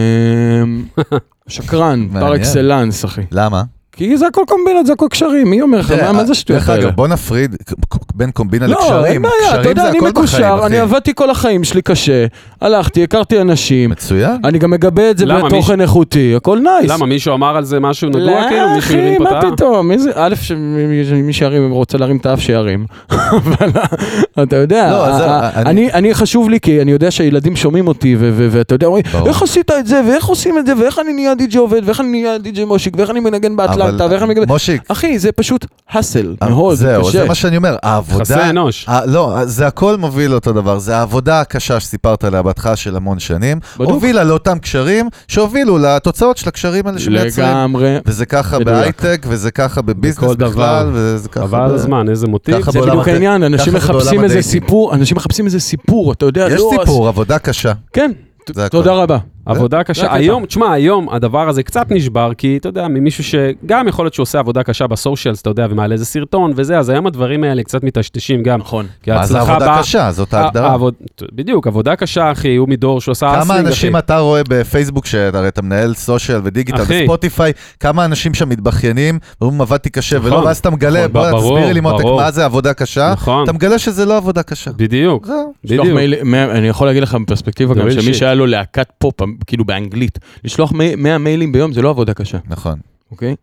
שקרן, פר אקסלנס, אחי. למה? כי זה הכל קומבינות, זה הכל קשרים, מי אומר לך, מה זה שטויות האלה? בוא נפריד בין קומבינה לקשרים. לא, אין בעיה, אתה יודע, אני מקושר, אני עבדתי כל החיים שלי קשה, הלכתי, הכרתי אנשים. מצוין. אני גם מגבה את זה בתוכן איכותי, הכל נייס. למה, מישהו אמר על זה משהו נגוע כאילו? מישהו הרים פה את האף? מה פתאום? א', מי שירים רוצה להרים את האף שירים. אבל אתה יודע, אני חשוב לי, כי אני יודע שהילדים שומעים אותי, ואתה יודע, איך עשית את זה, ואיך עושים את זה, ואיך אני נהיה די-ג'יי עובד, ואיך אני נהיה די-ג'יי מושיק, ואיך אני מנגן באטלנטה, ואיך אני מגבה... מושיק. אחי, זה פשוט הסל, מאוד, זה קשה. זה מה שאני אומר, העבודה... חסר אנוש. לא, זה הכל מוביל אותו דבר, זה העבודה הקשה שסיפרת עליה בהתחלה של המון שנים, הובילה לאותם קשרים, שהובילו לתוצאות של הקשרים האלה שמייצרים. לגמרי. וזה ככה בהייטק, וזה ככה בביזנס בכלל, וזה ככה... עבר הזמן, איזה מוטיב. זה בדיוק העניין, אנשים מחפשים איזה סיפור, אתה יודע, יש סיפור, עבודה קשה. כן, תודה רבה. עבודה קשה. היום, תשמע, היום הדבר הזה קצת נשבר, כי אתה יודע, ממישהו שגם יכול להיות שעושה עבודה קשה בסושיאלס, אתה יודע, ומעלה איזה סרטון וזה, אז היום הדברים האלה קצת מתשתשים גם. נכון. מה זה עבודה קשה? זאת ההגדרה. בדיוק, עבודה קשה, אחי, הוא מדור שעושה אסלינג, כמה אנשים אתה רואה בפייסבוק, שהרי אתה מנהל סושיאל ודיגיטל וספוטיפיי, כמה אנשים שם מתבחיינים, ואומרים עבדתי קשה, ולא, ואז אתה מגלה, בוא תסביר לי מותק, מה זה עבודה קשה? אתה מגלה שזה לא עבודה קשה. בדיוק. אני יכול להגיד לך בפרספקטיבה גם שמי שהיה לו להקת פופ, כאילו באנגלית, לשלוח 100 מיילים ביום זה לא עבודה קשה. נכון. אוקיי?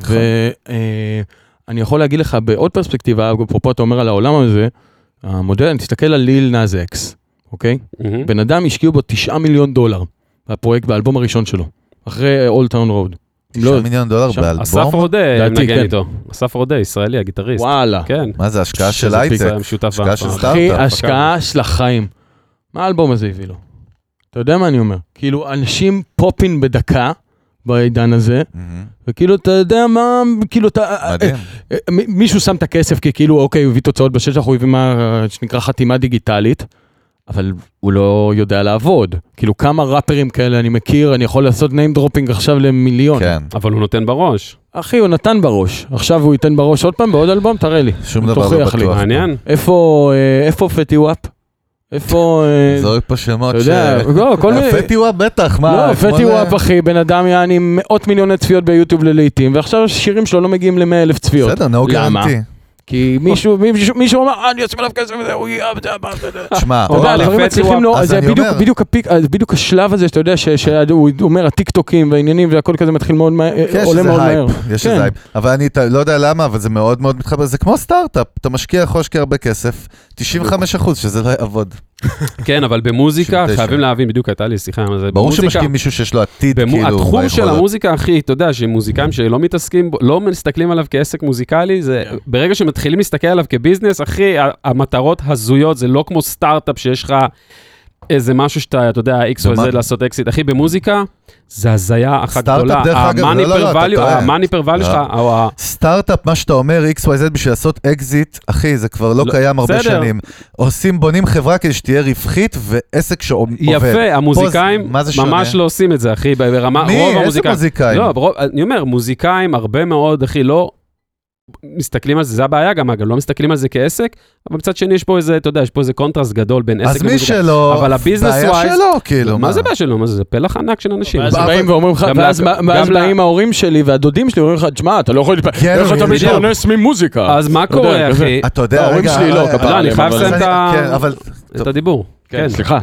ואני יכול להגיד לך בעוד פרספקטיבה, אפרופו אתה אומר על העולם הזה, המודל, תסתכל על ליל נאז אקס, אוקיי? בן אדם השקיעו בו $9 מיליון בפרויקט, באלבום הראשון שלו, אחרי Old Town Road. $9 מיליון באלבום? אסף רודה מנגן איתו. אסף רודה, ישראלי, הגיטריסט. וואלה. כן. מה זה, השקעה של הייטק? השקעה של סטארט-אפ? אחי, השקעה של החיים. מה האלבום הזה הביא לו? אתה יודע מה אני אומר? כאילו, אנשים פופין בדקה, בעידן הזה, וכאילו, אתה יודע מה, כאילו, מדהים. מישהו שם את הכסף, כי כאילו, אוקיי, הוא הביא תוצאות בשטח, הוא הביא מה שנקרא חתימה דיגיטלית, אבל הוא לא יודע לעבוד. כאילו, כמה ראפרים כאלה אני מכיר, אני יכול לעשות name dropping עכשיו למיליון. כן. אבל הוא נותן בראש. אחי, הוא נתן בראש. עכשיו הוא ייתן בראש עוד פעם, בעוד אלבום, תראה לי. שום דבר לא בטוח. מעניין. איפה פטי וואפ? איפה... זורק פה שמות ש... לא, כל מיני... פטי וואפ בטח, מה? לא, פטי וואפ, אחי, בן אדם יעני מאות מיליוני צפיות ביוטיוב ללעיתים, ועכשיו השירים שלו לא מגיעים ל100,000 צפיות. בסדר, נאו גרנטי. כי מישהו אומר, אני יוצא מלאב כסף וזה, הוא יהיה... תשמע, אתה יודע, דברים מצליחים לו, זה בדיוק השלב הזה, שאתה יודע, שהוא אומר, הטיקטוקים והעניינים והכל כזה מתחיל מאוד מהר, עולה מאוד מהר. יש איזה הייפ, אבל אני לא יודע למה, אבל זה מאוד מאוד מתחבר, זה כמו סטארט-אפ, אתה משקיע הרבה כסף, 95% שזה לא יעבוד. כן, אבל במוזיקה, חייבים להבין, בדיוק הייתה לי שיחה עם זה. ברור שמשקיעים מישהו שיש לו עתיד, כאילו... התחום של המוזיקה, אחי, אתה יודע, שמוזיקאים שלא מתעסקים, לא מסתכלים עליו כעסק מוזיקלי, זה ברגע שמתחילים להסתכל עליו כביזנס, אחי, המטרות הזויות, זה לא כמו סטארט-אפ שיש לך איזה משהו שאתה, אתה יודע, X או Z לעשות אקסיט. אחי, במוזיקה, זה הזיה אחת גדולה. המאני פר ואליו שלך, סטארט-אפ, מה שאתה אומר, XYZ בשביל לעשות אקזיט, אחי, זה כבר לא קיים הרבה שנים. בונים חברה כדי שתהיה רווחית ועסק שעובד. יפה, המוזיקאים ממש לא עושים את זה, אחי, ברמה, רוב המוזיקאים. איזה מוזיקאים? לא, אני אומר, מוזיקאים הרבה מאוד, אחי, לא מסתכלים על זה, זה הבעיה גם, אגב, לא מסתכלים על זה כעסק, אבל מצד שני יש פה איזה, אתה יודע, יש פה איזה קונטרסט גדול בין עסק למוזיקה. אז מי שלא, אבל הביזנס בעיה שלו, כאילו. מה זה בעיה שלו? מה זה? זה פלח ענק של אנשים. ואז באים ואומרים לך, ואז באים ההורים שלי והדודים שלי, אומרים לך, תשמע, אתה לא יכול להתפרנס ממוזיקה. אז מה קורה, אחי? אתה יודע, ההורים שלי לא, אני חייב לסיים את הדיבור. כן, סליחה.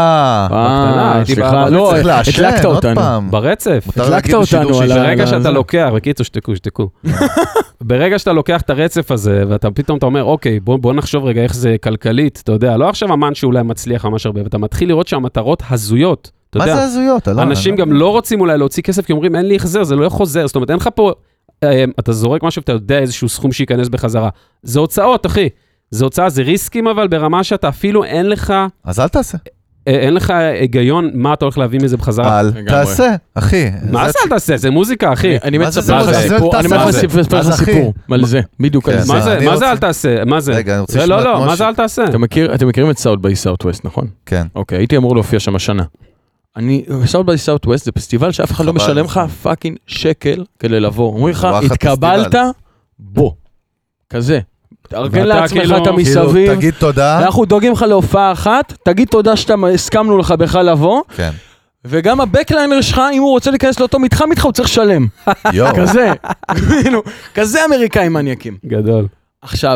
סליחה. לא, התלקת אותנו. ברצף. התלקת אותנו. ברגע שאתה לוקח, וקיצור, שתקו. ברגע שאתה לוקח את הרצף הזה, ואתה פתאום אתה אומר, אוקיי, בוא נחשוב רגע איך זה כלכלית, אתה יודע, לא עכשיו אמן שאולי מצליח ממש הרבה, ואתה מתחיל לראות שהמטרות הזויות. מה זה הזויות? אנשים גם לא רוצים אולי להוציא כסף, כי אומרים, אין לי החזר, זה לא יחוזר, זאת אומרת, אין לך פה, אתה זורק משהו, ואתה יודע איזשהו סכום שייכנס בחזרה. זה הוצאות, אחי. זה הוצאה, זה ריסקים, אבל ברמה שאתה אפילו אין לך... אז אל תעשה. אין לך היגיון, מה אתה הולך להביא מזה בחזרה? אל תעשה, אחי. מה זה אל תעשה? זה מוזיקה, אחי. אני מצפה לך סיפור, אני מצפה לך סיפור, על זה, בדיוק על זה. מה זה אל תעשה? מה זה? רגע, אני רוצה לשמוע את לא, מה זה אל תעשה? אתם מכירים את סאוט ביי סאוט ווסט, נכון? כן. אוקיי, הייתי אמור להופיע שם השנה. סאוט ביי סאוט ווסט זה פסטיבל שאף אחד לא משלם לך פאקינג שקל כדי לבוא. אומרים לך, התקבלת, בוא. כזה. תארגן לעצמך את המסביב. תגיד תודה. אנחנו דואגים לך להופעה אחת, תגיד תודה שאתה הסכמנו לך בכלל לבוא. כן. וגם הבקליינר שלך, אם הוא רוצה להיכנס לאותו מתחם איתך, הוא צריך לשלם. כזה. כזה אמריקאים מניאקים. גדול. עכשיו,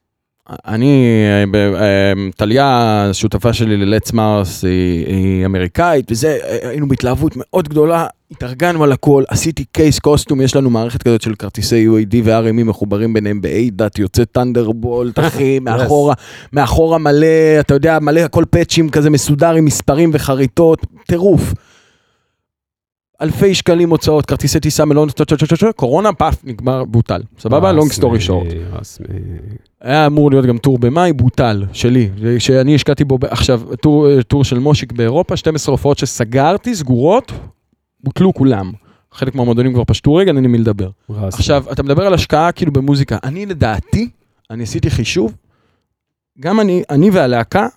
טליה, שותפה שלי ללטס מרס, היא אמריקאית, וזה, היינו בהתלהבות מאוד גדולה, התארגנו על הכל, עשיתי קייס קוסטום, יש לנו מערכת כזאת של כרטיסי UAD ו-RME מחוברים ביניהם ב-ADAT, יוצא טנדרבולט, אחי, מאחורה מלא, אתה יודע, מלא הכל פאצ'ים כזה מסודר עם מספרים וחריטות, טירוף. אלפי שקלים הוצאות, כרטיסי טיסה מלון, קורונה, פאף, נגמר, בוטל. סבבה? לונג סטורי שורט. היה אמור להיות גם טור במאי, בוטל, שלי, שאני השקעתי בו, עכשיו, טור של מושיק באירופה, 12 הופעות שסגרתי, סגורות, בוטלו כולם. חלק מהמועדונים כבר פשטו רגע, אין לי מי לדבר. עכשיו, אתה מדבר על השקעה כאילו במוזיקה. אני לדעתי, אני עשיתי חישוב, גם אני והלהקה,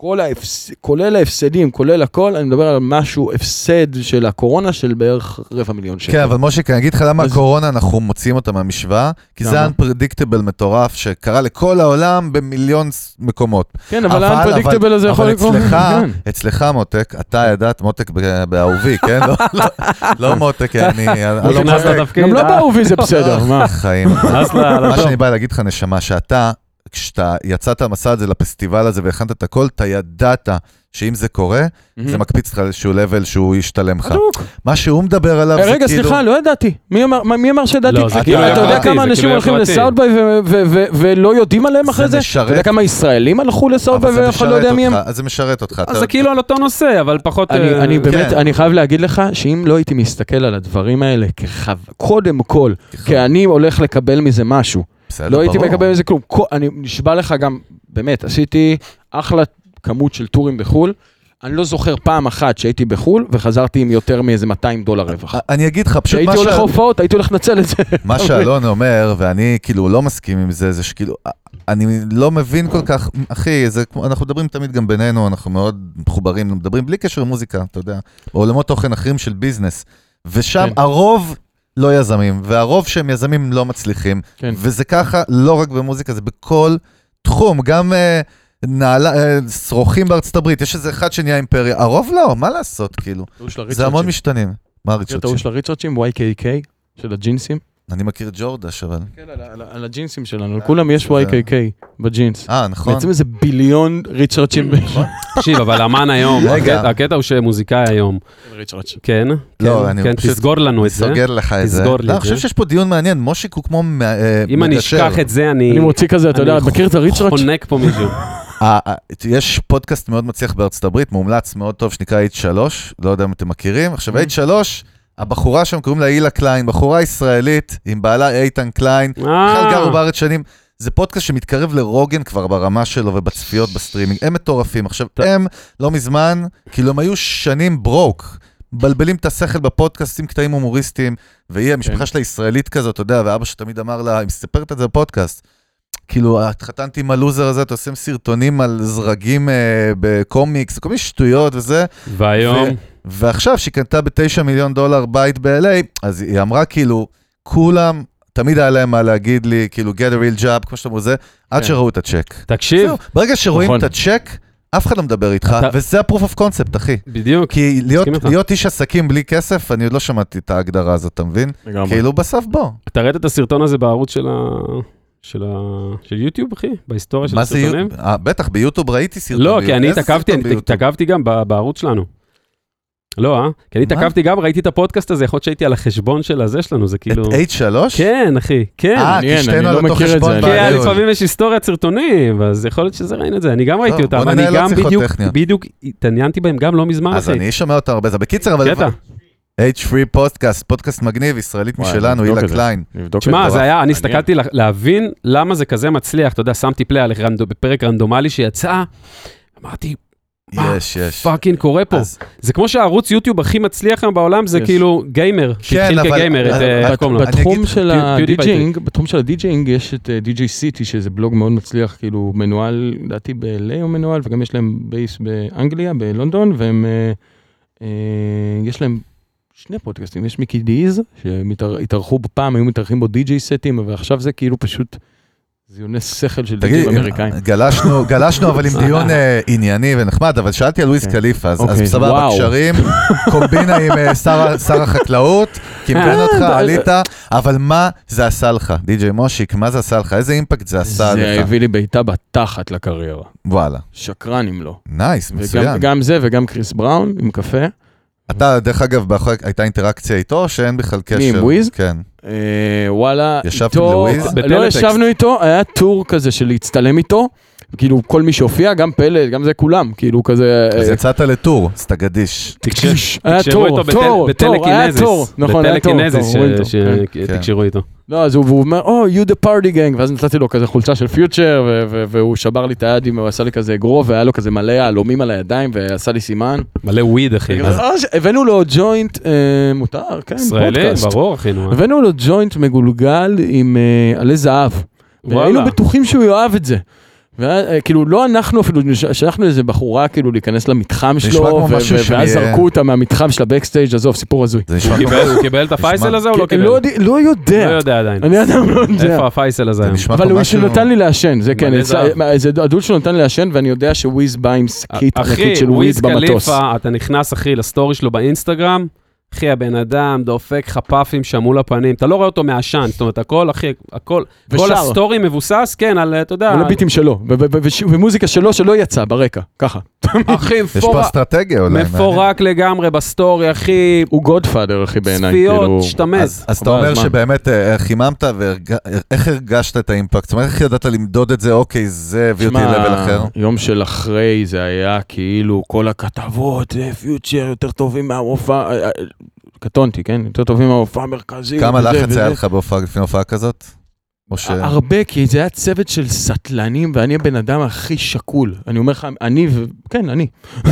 כולל ההפסדים, כולל הכל, אני מדבר על משהו, הפסד של הקורונה של בערך 250,000 שקל. כן, אבל משה, אני אגיד לך למה הקורונה אנחנו מוציאים אותה מהמשוואה, כי זה unpredictable מטורף שקרה לכל העולם במיליון מקומות. כן, אבל unpredictable הזה יכול לקרות. אבל אצלך מותק, אתה ידעת מותק באהובי, כן? לא מותק, אני לא מותק. גם לא באהובי זה בסדר, מה? חיים. מה שאני בא להגיד לך נשמה, שאתה, כשאתה יצאת המסע הזה לפסטיבל הזה והכנת את הכל, אתה ידעת שאם זה קורה, זה מקפיץ לך איזשהו לבל שהוא ישתלם לך. מה שהוא מדבר עליו זה כאילו... רגע, סליחה, לא ידעתי. מי אמר שידעתי? אתה יודע כמה אנשים הולכים לסאוטביי ולא יודעים עליהם אחרי זה? אתה יודע כמה ישראלים הלכו לסאוטביי ואף לא יודע מי הם? אז זה משרת אותך. אז זה כאילו על אותו נושא, אבל פחות... אני באמת, אני חייב להגיד לך, שאם לא הייתי מסתכל על הדברים האלה, קודם כל, כי אני הולך לקבל מזה משהו. לא הייתי מקבל מזה כלום. אני נשבע לך גם, באמת, עשיתי אחלה כמות של טורים בחול. אני לא זוכר פעם אחת שהייתי בחול, וחזרתי עם יותר מאיזה $200 רווח. אני אגיד לך, פשוט שהייתי הולך להופעות, הייתי הולך לנצל את זה. מה שאלון אומר, ואני כאילו לא מסכים עם זה, זה שכאילו, אני לא מבין כל כך, אחי, אנחנו מדברים תמיד גם בינינו, אנחנו מאוד מחוברים, מדברים בלי קשר למוזיקה, אתה יודע, או עולמות תוכן אחרים של ביזנס, ושם הרוב לא יזמים, והרוב שהם יזמים לא מצליחים, וזה ככה לא רק במוזיקה, זה בכל תחום, גם שרוכים בארצות הברית, יש איזה אחד שנהיה אימפריה, הרוב לא, מה לעשות כאילו? זה המון משתנים. מה הריצ'רצ'ים? אתה של הריצ'רצ'ים, YKK, של הג'ינסים? אני מכיר את ג'ורדש, אבל... כן, על הג'ינסים שלנו, לכולם יש YKK בג'ינס. נכון. בעצם איזה ביליון ריצ'רצ'ים. תקשיב, אבל אמן היום, הקטע הוא שמוזיקאי היום. ריצ'רצ'. כן, תסגור לנו את זה. סוגר לך את זה. אני חושב שיש פה דיון מעניין, מושיק הוא כמו מגשר. אם אני אשכח את זה, אני מוציא כזה, אתה יודע, מכיר את הריצ'רצ'? חונק פה מישהו. יש פודקאסט מאוד מצליח בארצות הברית, מומלץ מאוד טוב, שנקרא H3, לא יודע אם אתם מכירים. עכשיו, H3, הבחורה שם קוראים לה הילה קליין, בחורה ישראלית, עם בעלה איתן קליין, בכלל גרו בארץ שנים. זה פודקאסט שמתקרב לרוגן כבר ברמה שלו ובצפיות בסטרימינג. הם מטורפים. עכשיו, הם לא מזמן, כאילו הם היו שנים ברוק, בלבלים את השכל בפודקאסטים, קטעים הומוריסטיים, והיא המשפחה שלה ישראלית כזאת, אתה יודע, ואבא שתמיד אמר לה, היא מספרת את זה בפודקאסט, כאילו, התחתנתי עם הלוזר הזה, אתה עושים סרטונים על זרגים בקומיקס, כל מיני שטויות וזה. והיום? ועכשיו, שהיא קנתה $9 מיליון בית ב-LA, אז היא אמרה כאילו, כולם, תמיד היה להם מה להגיד לי, כאילו, get a real job, כמו שאתה אומר זה, עד שראו את הצ'ק. תקשיב. ברגע שרואים את הצ'ק, אף אחד לא מדבר איתך, וזה ה-proof of concept, אחי. בדיוק. כי להיות איש עסקים בלי כסף, אני עוד לא שמעתי את ההגדרה הזאת, אתה מבין? כאילו, בסוף בוא. אתה ראית את הסרטון הזה בערוץ של יוטיוב, אחי? בהיסטוריה של הסרטונים? בטח, ביוטיוב ראיתי סרטונים. לא, כי אני תקבתי גם בערוץ שלנו. לא, כי אני תקבתי גם, ראיתי את הפודקאסט הזה, יכול להיות שהייתי על החשבון של הזה שלנו, זה כאילו... את H3? כן, אחי, כן. כי לא מכיר את זה. כן, לפעמים יש היסטוריית סרטונים, אז יכול להיות שזה ראינו את זה. אני גם ראיתי אותם, אני גם בדיוק התעניינתי בהם, גם לא מזמן, אחי. אז אני שומע אותה הרבה, זה בקיצר, אבל... H3 פודקאסט, פודקאסט מגניב, ישראלית משלנו, הילה קליין. תשמע, זה היה, אני הסתכלתי להבין למה זה כזה מצליח, אתה יודע, שמתי פליי על בפרק רנדומלי שיצא, אמרתי, מה פאקינג קורה פה? זה כמו שהערוץ יוטיוב הכי מצליח היום בעולם, זה כאילו גיימר, שהתחיל כגיימר. בתחום של הדי-ג'יינג יש את די-ג'יי סיטי, שזה בלוג מאוד מצליח, כאילו מנוהל, לדעתי ב-LA הוא מנוהל, וגם יש להם בייס באנגליה, בלונדון, והם, יש להם שני פודקאסטים, יש מיקי דיז, שהתארחו בפעם, היו מתארחים בו די-ג'יי סטים, ועכשיו זה כאילו פשוט זיוני שכל של די-ג'יי אמריקאים. גלשנו אבל עם דיון ענייני ונחמד, אבל שאלתי על לואיז קליפה, אז סבבה בקשרים, קומבינה עם שר החקלאות, קימפן אותך, עלית, אבל מה זה עשה לך, די-ג'יי מושיק, מה זה עשה לך, איזה אימפקט זה עשה לך? זה הביא לי בעיטה בתחת לקריירה. וואלה. שקרן אם לא. נייס, מצוין. וגם זה וגם קריס בראון עם קפה. אתה, דרך אגב, הייתה אינטראקציה איתו, שאין בכלל קשר? מי, עם וויז? כן. וואלה, ישבתם לוויז? לא ישבנו איתו, היה טור כזה של להצטלם איתו, כאילו כל מי שהופיע, גם פלד, גם זה כולם, כאילו כזה... אז יצאת לטור, אז אתה גדיש. היה תור, בטלקינזיס, תקשרו איתו. לא, אז הוא אומר, you the party gang, ואז נתתי לו כזה חולצה של פיוטשר, והוא שבר לי את הידים, והוא עשה לי כזה גרוב, והיה לו כזה מלא עלומים על הידיים, ועשה לי סימן. מלא וויד, אחי. הבאנו לו ג'וינט, מותר, כן, ישראלי, ברור, אחי. הבאנו לו ג'וינט מגולגל עם עלי זהב. והיינו בטוחים שהוא יאהב את זה. וכאילו, לא אנחנו אפילו, שלחנו איזה בחורה כאילו להיכנס למתחם שלו, ואז זרקו אותה מהמתחם של הבקסטייג', עזוב, סיפור הזוי. הוא קיבל את הפייסל הזה או לא קיבל? לא יודע. לא יודע עדיין. אני עדיין לא יודע. איפה הפייסל הזה? אבל הוא שנתן לי לעשן, זה כן, זה הדוד שלו נתן לי לעשן, ואני יודע שוויז בא עם שקית ענקית של וויז במטוס. וויז קליפה, אתה נכנס אחי לסטורי שלו באינסטגרם, אחי, הבן אדם דופק חפפים שמול הפנים, אתה לא רואה אותו מהשן, זאת אומרת, הכל, אחי, הכל, כל הסטורי מבוסס, כן, על, אתה יודע... על הביטים שלו, ומוזיקה שלו שלא יצא ברקע, ככה. אחי, יש פה אסטרטגיה אולי. מפורק לגמרי בסטורי, אחי. הוא גודפאדר, אחי, בעיניי. צפיות, שתמז. אז אתה אומר שבאמת חיממת, ואיך הרגשת את האימפקט? זאת אומרת, איך ידעת למדוד את זה, אוקיי, זה הביא אותי לבל אחר? יום של אחרי זה היה כאילו כל הכתבות, פיוטשר יותר טובים מהמופע, קטונתי, כן? יותר טובים מהמופע המרכזי. כמה לחץ היה לך לפני הופעה כזאת? הרבה, כי זה היה צוות של סטלנים, ואני הבן אדם הכי שקול. אני אומר לך, כן, אני.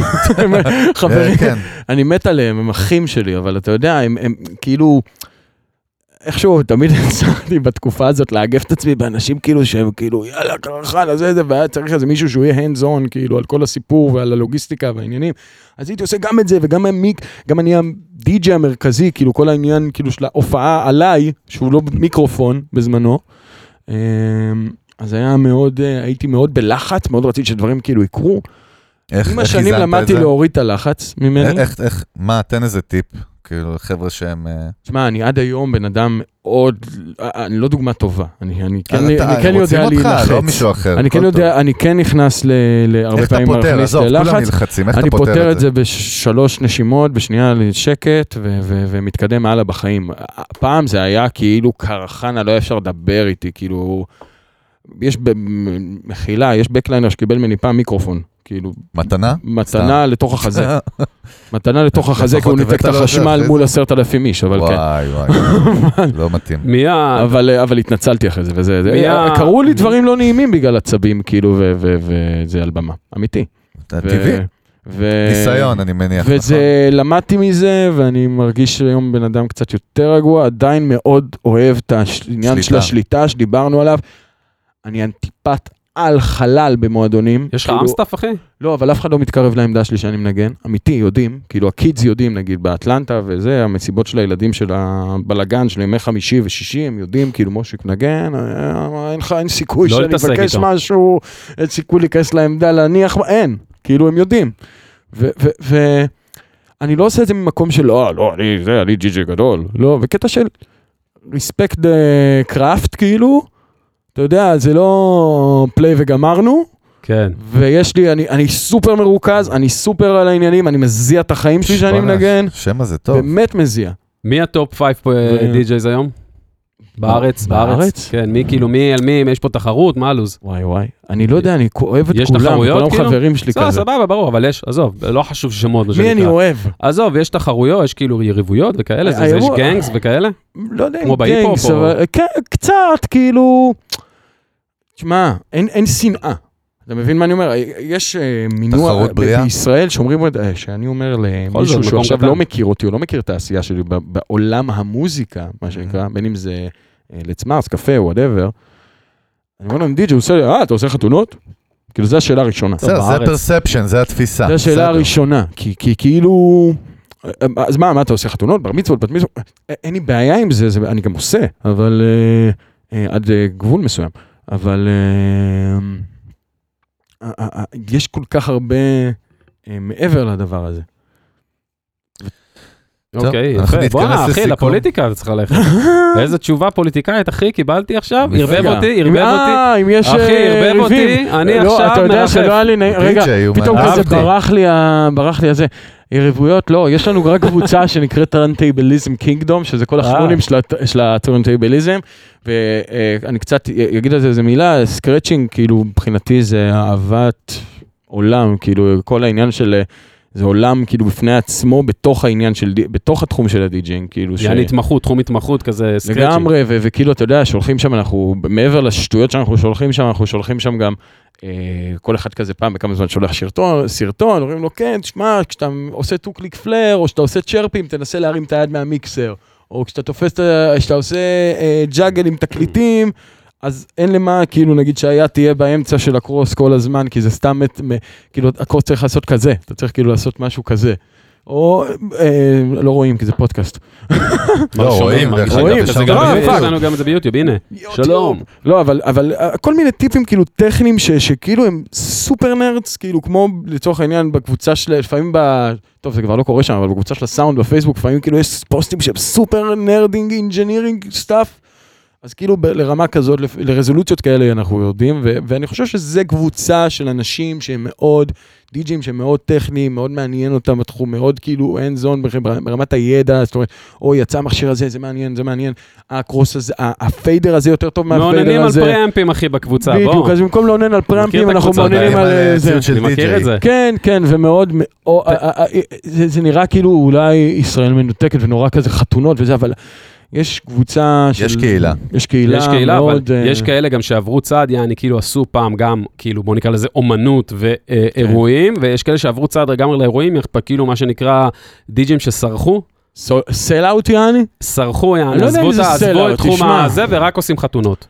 חברים, אני מת עליהם, הם אחים שלי, אבל אתה יודע, הם כאילו, איכשהו, תמיד הצלחתי בתקופה הזאת לאגף את עצמי באנשים כאילו שהם כאילו, יאללה, קרחן, אז זה, והיה צריך איזה מישהו שהוא יהיה hands on, כאילו, על כל הסיפור ועל הלוגיסטיקה והעניינים. אז הייתי עושה גם את זה, וגם גם אני הדי-ג'י המרכזי, כאילו, כל העניין, כאילו, של ההופעה עליי, שהוא לא מיקרופון בזמנו. אז הייתי מאוד בלחץ, מאוד רציתי שדברים כאילו יקרו. עם השנים למדתי להוריד את הלחץ ממני. מה, תן איזה טיפ, כאילו, חבר'ה שהם... תשמע, אני עד היום בן אדם אני לא דוגמה טובה. אני כן יודע להילחץ. לא מישהו אחר. אני כן נכנס להרבה פעמים להכניס ללחץ. אני פותר את זה בשלוש נשימות, בשנייה לשקט, ומתקדם מעלה בחיים. פעם זה היה כאילו קרחנה, לא אפשר לדבר איתי, כאילו... יש במחילה, יש בקליינר שקיבל ממני פעם מיקרופון. כאילו... מתנה? מתנה לתוך החזה. מתנה לתוך החזה, כי הוא ניתק את החשמל מול 10,000 איש, אבל כן. וואי, לא מתאים. אבל התנצלתי אחרי זה, וזה... קראו לי דברים לא נעימים בגלל עצבים, כאילו, וזה על במה. אמיתי. טבעי. ניסיון, אני מניח. וזה, למדתי מזה, ואני מרגיש היום בן אדם קצת יותר רגוע, עדיין מאוד אוהב את העניין של השליטה שדיברנו עליו. אני אנטיפט על חלל במועדונים. יש לך אמסטאפ, אחי? לא, אבל אף אחד לא מתקרב לעמדה שלי שאני מנגן. אמיתי, יודעים. כאילו, הקידס יודעים, נגיד, באטלנטה, וזה, המסיבות של הילדים של הבלגן, של ימי 50 ו-60, הם יודעים, כאילו, מושיק נגן, אין סיכוי שאני מבקש משהו, אין סיכוי להיכנס לעמדה, להניח, אין. כאילו, הם יודעים. ואני לא עושה את זה ממקום של, לא, אני ג'י גדול. לא, וקטע של respect the craft, כאילו, אתה יודע, זה לא פליי וגמרנו. כן. ויש לי, אני סופר מרוכז, אני סופר על העניינים, אני מזיע את החיים שלי שאני מנגן. שם הזה טוב. באמת מזיע. מי הטופ 5 די-ג'ייז היום? בארץ? בארץ? כן, מי כאילו, על מי, יש פה תחרות, מה הלו"ז? וואי. אני לא יודע, אני אוהב את כולם, כולם חברים שלי כזה. סבבה, ברור, אבל יש, עזוב, לא חשוב שמות. מי אני אוהב? עזוב, יש תחרויות, יש כאילו יריבויות וכאלה, יש גנגס וכאלה? לא יודע אם גנגס, אבל קצת, כאילו... תשמע, אין שנאה. אתה מבין מה אני אומר? יש מינוע בישראל שאומרים, שאני אומר למישהו שהוא עכשיו לא מכיר אותי, הוא לא מכיר את העשייה שלי בעולם המוזיקה, מה שנקרא, בין אם זה לצמארס, קפה, whatever. אני אומר להם, די-ג'י, אתה עושה חתונות? כאילו, זו השאלה הראשונה. זה פרספשן, זה התפיסה. זו השאלה הראשונה, כי כאילו... אז מה אתה עושה חתונות? בר מצוות, בת מצוות? אין לי בעיה עם זה, אני גם עושה, אבל עד גבול מסוים. אבל יש כל כך הרבה מעבר לדבר הזה. אוקיי, יפה. בוא'נה, אחי, לפוליטיקה אתה צריך ללכת. איזו תשובה פוליטיקאית, אחי, קיבלתי עכשיו? ערבב אותי. אם יש אחי, ערבב אותי, אני עכשיו אתה יודע שלא היה לי... רגע, פתאום כזה ברח לי הזה. יריבויות, לא, יש לנו רק קבוצה שנקראת Turntablism Kingdom, שזה כל החלונים של ה-Turntablism, ואני קצת אגיד על זה איזה מילה, סקרצ'ינג, כאילו, מבחינתי זה אהבת עולם, כאילו, כל העניין של... זה עולם כאילו בפני עצמו, בתוך העניין של, בתוך התחום של הדי-ג'ינג, כאילו יעני התמחות, תחום התמחות כזה סקרצ'ינג. לגמרי, וכאילו, אתה יודע, שולחים שם, אנחנו, מעבר לשטויות שאנחנו שולחים שם, אנחנו שולחים שם גם, כל אחד כזה פעם, בכמה זמן שולח סרטון, אומרים לו, כן, תשמע, כשאתה עושה טו-קליק פלר, או שאתה עושה צ'רפים, תנסה להרים את היד מהמיקסר, או כשאתה תופס, כשאתה עושה ג'אגל עם תקליטים, אז אין למה, כאילו, נגיד שהיה תהיה באמצע של הקרוס כל הזמן, כי זה סתם, כאילו, הקרוס צריך לעשות כזה, אתה צריך כאילו לעשות משהו כזה. או, לא רואים, כי זה פודקאסט. לא, רואים, זה גם את זה ביוטיוב, הנה, שלום. לא, אבל כל מיני טיפים כאילו טכניים שכאילו הם סופר נרדס, כאילו כמו לצורך העניין בקבוצה של, לפעמים טוב, זה כבר לא קורה שם, אבל בקבוצה של הסאונד בפייסבוק, לפעמים כאילו יש פוסטים שהם סופר נרדינג, אינג'ינירינג סטאפ, אז כאילו לרמה כזאת, לרזולוציות כאלה אנחנו יודעים, ואני חושב שזה קבוצה של אנשים שהם מאוד, די-ג'ים שהם מאוד טכניים, מאוד מעניין אותם בתחום, מאוד כאילו אין זון ברמת הידע, זאת אומרת, או יצא המכשיר הזה, זה מעניין, זה מעניין, הקרוס הזה, הפיידר הזה יותר טוב מהפיידר הזה. מעוננים על פריאמפים, אחי, בקבוצה, בוא. בדיוק, אז במקום לעונן על פריאמפים, אנחנו מעוננים על זה. אני מכיר את זה. כן, כן, ומאוד, זה נראה כאילו אולי ישראל מנותקת ונורא כזה חתונות וזה, אבל יש קבוצה של... יש קהילה. יש קהילה מאוד... אבל יש כאלה גם שעברו צעד, יעני, כאילו עשו פעם גם, כאילו בוא נקרא לזה אומנות ואירועים, ויש כאלה שעברו צעד לגמרי לאירועים, כאילו מה שנקרא די-ג'ים שסרחו. סל-אוט יעני? סרחו יעני, עזבו את תחום הזה ורק עושים חתונות.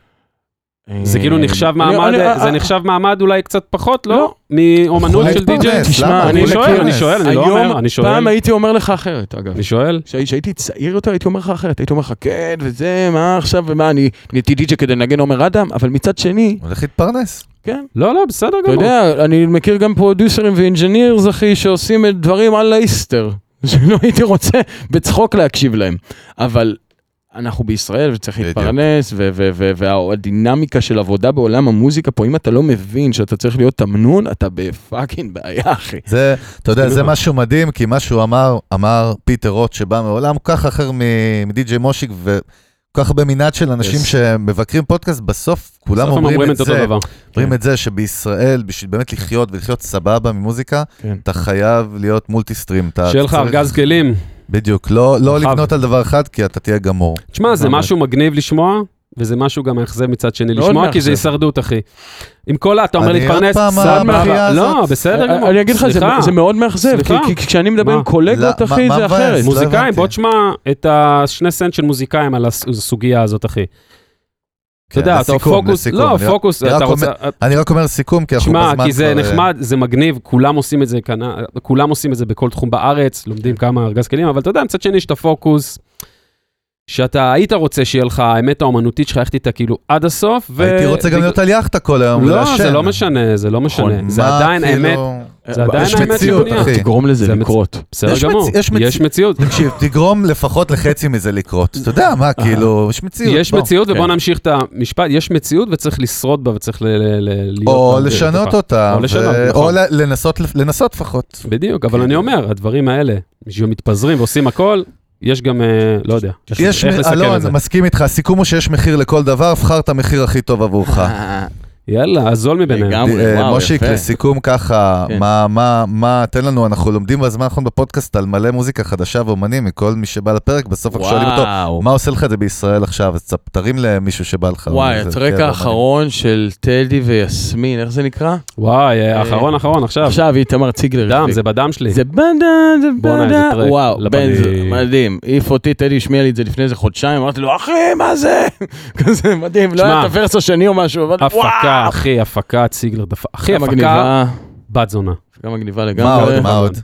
זה כאילו נחשב מעמד, זה נחשב מעמד אולי קצת פחות, לא? מאומנות של די-ג'יי. תשמע, אני שואל, אני לא אומר, אני שואל. פעם הייתי אומר לך אחרת, אגב. אני שואל. כשהייתי צעיר יותר, הייתי אומר לך אחרת. הייתי אומר לך, כן, וזה, מה עכשיו, ומה, אני נהייתי די-ג'יי כדי לנגן עומר אדם, אבל מצד שני... הולך להתפרנס. כן. לא, בסדר גמור. אתה יודע, אני מכיר גם פרודוסרים ואינג'ינירס, אחי, שעושים דברים על האיסטר. שלא הייתי רוצה בצחוק להקשיב להם. אבל... אנחנו בישראל וצריך להתפרנס, והדינמיקה של עבודה בעולם המוזיקה פה, אם אתה לא מבין שאתה צריך להיות תמנון, אתה בפאקינג בעיה, אחי. זה, אתה יודע, זה משהו מדהים, כי מה שהוא אמר פיטר רוט, שבא מעולם כך אחר מדי-ג'יי מושיק, וכל כך הרבה מנעד של אנשים שמבקרים פודקאסט, בסוף כולם אומרים את זה, אומרים את זה שבישראל, בשביל באמת לחיות ולחיות סבבה ממוזיקה, אתה חייב להיות מולטי-סטרים. שיהיה לך ארגז כלים. בדיוק, לא לבנות על דבר אחד, כי אתה תהיה גמור. תשמע, זה משהו מגניב לשמוע, וזה משהו גם מאכזב מצד שני לשמוע, כי זה הישרדות, אחי. עם כל אתה אומר להתפרנס, לא, בסדר גמור. אני אגיד לך, זה מאוד מאכזב, כי כשאני מדבר עם קולגות, אחי, זה אחרת. מוזיקאים, בוא תשמע את השני סנט של מוזיקאים על הסוגיה הזאת, אחי. אתה יודע, אתה פוקוס, לא, פוקוס, אתה רוצה... אני רק אומר סיכום, כי אנחנו בזמן... שמע, כי זה נחמד, זה מגניב, כולם עושים את זה בכל תחום בארץ, לומדים כמה ארגז כלים, אבל אתה יודע, מצד שני שאתה פוקוס, שאתה היית רוצה שיהיה לך, האמת האומנותית שלך, איך איתה כאילו עד הסוף, הייתי רוצה גם להיות על יחטה כל היום, לא, זה לא משנה, זה לא משנה, זה עדיין האמת, זה עדיין האמת שבנייה. תגרום לזה לקרות. בסדר גמור, יש מציאות. תקשיב, תגרום לפחות לחצי מזה לקרות. אתה יודע מה, כאילו, יש מציאות. יש מציאות, ובוא נמשיך את המשפט, יש מציאות וצריך לשרוד בה, וצריך להיות... או לשנות אותה, או לנסות לפחות. בדיוק, אבל אני אומר, הדברים האלה, שמתפזרים ועושים הכל, יש גם, לא יודע, איך לסקר את זה. מסכים איתך, הסיכום הוא שיש מחיר לכל דבר, בחר את המחיר הכי טוב עבורך. יאללה, הזול מביניהם. מושיק, לסיכום ככה, מה, תן לנו, אנחנו לומדים בזמן האחרון בפודקאסט על מלא מוזיקה חדשה ואומנים, מכל מי שבא לפרק, בסוף אנחנו שואלים אותו, מה עושה לך את זה בישראל עכשיו? אז תרים למישהו שבא לך. וואי, הטרק האחרון של טדי ויסמין, איך זה נקרא? וואי, האחרון עכשיו. עכשיו, איתמר ציגלר. דם, זה בדם שלי. זה בדם, זה בדם. וואו, מדהים. איף אותי, טדי השמיע לי את זה לפני איזה חודשיים, אמרתי לו, אחי, מה זה? כזה מדהים, לא היה את הוורס השני או משהו, אבל הפקה, אחי, הפקה, ציגלר, אחי, הפקה, בת זונה. הפקה מגניבה לגמרי. מה עוד?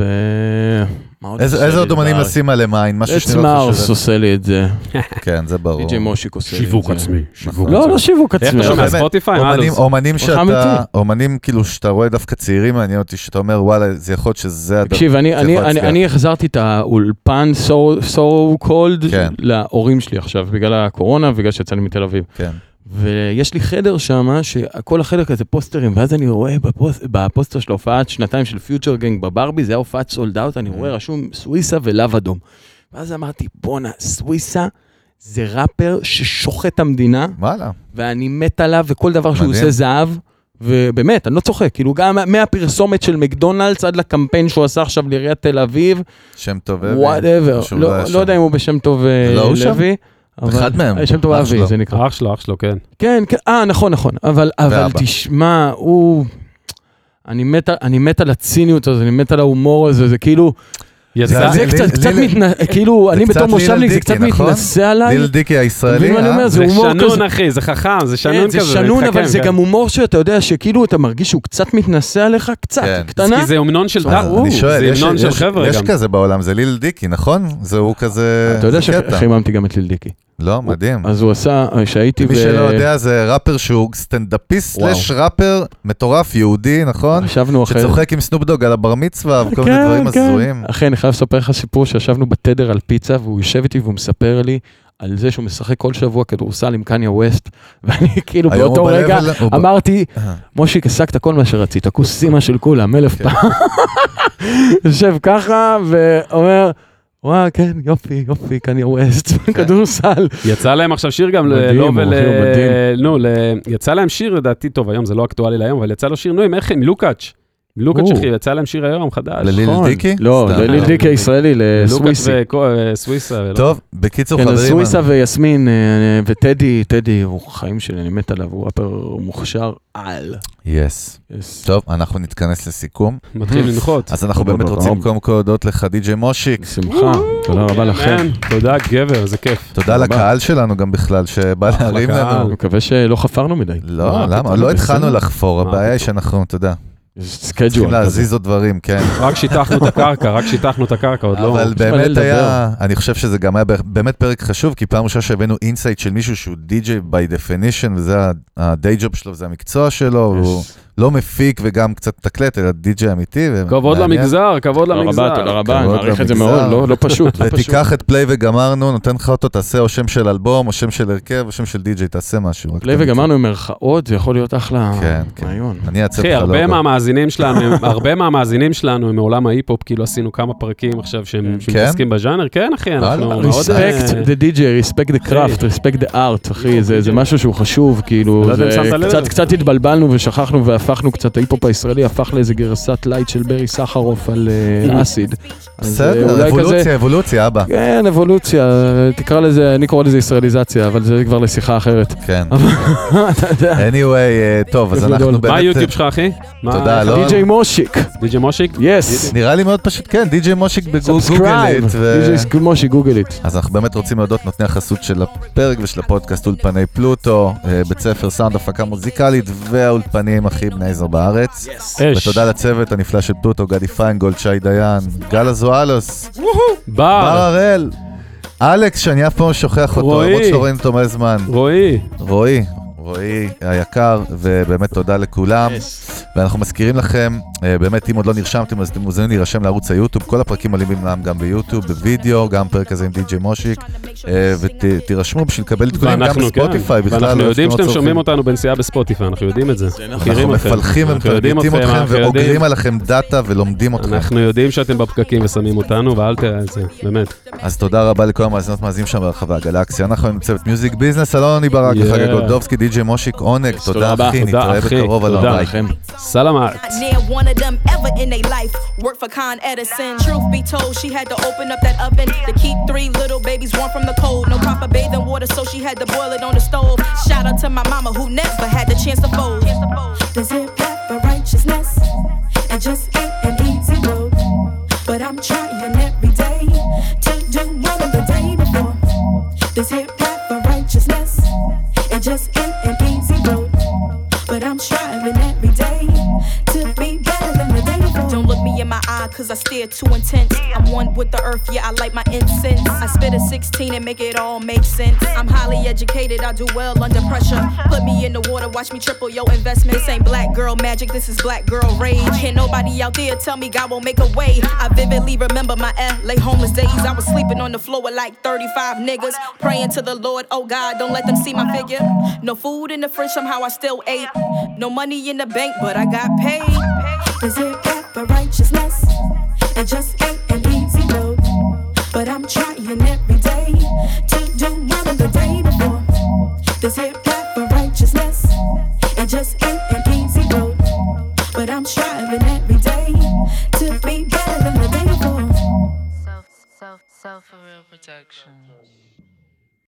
איזה עוד אומנים לשים עליהם עין? אצמאוס עושה לי את זה. כן, זה ברור. די.ג'יי מושיק עושה לי את זה. שיווק עצמי. לא שיווק עצמי. איך אתה שומע ספוטיפיי? אומנים כאילו שאתה רואה דווקא צעירים, מעניין אותי שאתה אומר, וואלה, זה יכול להיות שזה... תקשיב, אני החזרתי את האולפן so called להורים שלי עכשיו, בגלל הקורונה, בגלל שיצא לי מתל אביב. כן. ויש לי חדר שם, שכל החדר כזה פוסטרים, ואז אני רואה בפוסטר של הופעת שנתיים של פיוטר גנג בברבי, זה היה הופעת סולד אאוט, אני רואה רשום סוויסה ולאו אדום. ואז אמרתי, בונה, סוויסה זה ראפר ששוחט את המדינה, ואני מת עליו, וכל דבר שהוא עושה זהב, ובאמת, אני לא צוחק, כאילו גם מהפרסומת של מקדונלדס עד לקמפיין שהוא עשה עכשיו לעיריית תל אביב, שם טוב whatever, לא יודע אם הוא בשם טוב לוי, אחד מהם. שם טוב אבי, זה נקרא. אח שלו, כן. כן, נכון. אבל תשמע, אני מת על הציניות הזה, אני מת על ההומור הזה, זה כאילו... זה קצת כאילו, אני בתור מושבניק, זה קצת מתנסה עליי. ליל דיקי הישראלי, זה שנון, אחי, זה חכם, זה שנון כזה. זה שנון, אבל זה גם הומור שאתה יודע שכאילו אתה מרגיש שהוא קצת מתנסה עליך, קצת, קטנה. כי זה המנון של חבר'ה. יש כזה בעולם, זה ליל דיקי, נכון? זהו כזה... אתה יודע שחיממתי גם את ליל דיקי. לא, מדהים. אז הוא עשה, שהייתי מי שלא יודע, זה ראפר שהוא סטנדאפיסט סלש ראפר מטורף יהודי, נכון? שצוחק עם סנופ דוג על הבר מצווה וכל מיני דברים הזויים. אחי, אני חייב לספר לך סיפור שישבנו בתדר על פיצה, והוא יושב איתי והוא מספר לי על זה שהוא משחק כל שבוע כדורסל עם קניה ווסט, ואני כאילו באותו רגע אמרתי, מושיק, השגת כל מה שרצית, כוס סימה של כולם, 1000 פעם. יושב ככה ואומר, וואו, כן, יופי, קניה ווסט, כדורסל. יצא להם עכשיו שיר גם יצא להם שיר, לדעתי, טוב, היום זה לא אקטואלי להיום, אבל יצא לו שיר, נו, עם לוקאץ'. לוקאץ' אחי, יצא להם שיר היום חדש. לליל דיקי? לא, לליל דיקי הישראלי, לסוויסי. לוקאץ' וסוויסה. טוב, בקיצור חברים. סוויסה ויסמין וטדי, הוא חיים שלי, אני מת עליו, הוא אפר מוכשר על. יס. טוב, אנחנו נתכנס לסיכום. מתחיל לנחות. אז אנחנו באמת רוצים קודם כל להודות לך, די.ג'יי מושיק. שמחה, תודה רבה לכם. תודה גבר, זה כיף. תודה לקהל שלנו גם בכלל, שבא להרים לנו. אני מקווה שלא חפרנו מדי. לא, למה? לא התחלנו לחפור, הבעיה היא שאנחנו, תודה. צריכים להזיז עוד דברים, כן. רק שיתחנו את הקרקע, עוד לא. אבל באמת היה, אני חושב שזה גם היה באמת פרק חשוב, כי פעם ראשונה שהבאנו אינסייט של מישהו שהוא די.ג'יי by definition, וזה הדיי ג'וב שלו, זה המקצוע שלו, הוא לא מפיק וגם קצת תקלט, אלא די.ג'יי אמיתי. כבוד למגזר. תודה רבה, אני מעריך את זה מאוד, לא פשוט. ותיקח את פליי וגמרנו, נותן לך אותו, תעשה או שם של אלבום, או שם של הרכב, או שם של די.ג'יי, תעשה משהו. פליי וגמרנו עם מרכאות, זה יכול להיות אחלה רעיון. הרבה מהמאזינים שלנו הם מעולם ההיפ-הופ, כאילו עשינו כמה פרקים עכשיו שהם מתעסקים בז'אנר, כן אחי, אנחנו מאוד... respect the DJ, respect the craft, respect the art, אחי, זה משהו שהוא חשוב, כאילו, קצת התבלבלנו ושכחנו והפכנו קצת, ההיפ-הופ הישראלי הפך לאיזה גרסת לייט של ברי סחרוף על אסיד. בסדר, אבולוציה, אבא. כן, אבולוציה, תקרא לזה, אני קורא לזה ישראליזציה, אבל זה כבר לשיחה אחרת. כן. anyway, טוב, אז אנחנו באמת... מה היוטיוב שלך, אחי? תודה, לא? די.ג'יי מושיק. די.ג'יי מושיק? יס. נראה לי מאוד פשוט, כן, די.ג'יי מושיק בגוגלית. די.ג'יי מושיק גוגלית. אז אנחנו באמת רוצים להודות נותני החסות של הפרק ושל הפודקאסט אולפני פלוטו, בית ספר סאונד הפקה מוזיקלית והאולפנים הכי בני עזר בארץ. ותודה לצוות הנפלא של פלוטו, גדי פיינגולד, שי דיין, גל הזואלוס, בר הראל, אלכס, שאני אף פעם שוכח אותו, למרות שלא רואים אותו מלא זמן. רועי היקר, ובאמת תודה לכולם. ואנחנו מזכירים לכם, באמת אם עוד לא נרשמתם, אז אתם מוזמנים להירשם לערוץ היוטיוב, כל הפרקים עולים במלאם גם ביוטיוב, בווידאו, גם פרק הזה עם די.ג'יי מושיק, ותירשמו בשביל לקבל עדכונים גם בספוטיפיי. ואנחנו יודעים שאתם שומעים אותנו בנסיעה בספוטיפיי, אנחנו יודעים את זה. אנחנו מפלחים ומפרגיטים אתכם, ואוגרים עליכם דאטה ולומדים אתכם. אנחנו יודעים שאתם בפקקים ושמים אותנו, ואל תראה את זה, באמת. אז תודה רבה לכל המאזינות מאזינים שם ברחבי הגלקסיה. אנחנו נמצא את מיוזיק ביזנס, אלוני ברק, חגי גולדובסקי, די.ג'יי מושיק, עונג, תודה אחי, נתראה בקרוב על הביי. סלמת. One of them ever in their life worked for Con Edison. Truth be told, she had to open up that oven to keep 3 little babies warm from the cold. No proper bathing water, so she had to boil it on the stove. Shout out to my mama who never had the chance to fold. There's a path for righteousness, it just ain't an easy road. But I'm trying every day to do more than the day before. This here path for righteousness, it just ain't an easy road. But I'm striving every day to be better than the day before. Don't look me in my eye, cause I stare too intense. I'm one with the earth, yeah, I light my incense. I spit a 16 and make it all make sense. I'm highly educated, I do well under pressure. Put me in the water, watch me triple your investment. This ain't black girl magic, this is black girl rage. Can't nobody out there tell me God won't make a way. I vividly remember my LA homeless days. I was sleeping on the floor with like 35 niggas. Praying to the Lord, oh God, don't let them see my figure. No food in the fridge, somehow I still ate. No money in the bank, but I got paid. Is it path for righteousness? It just ain't an easy road. But I'm trying every day to do more than the day before. This here path for righteousness, it just ain't an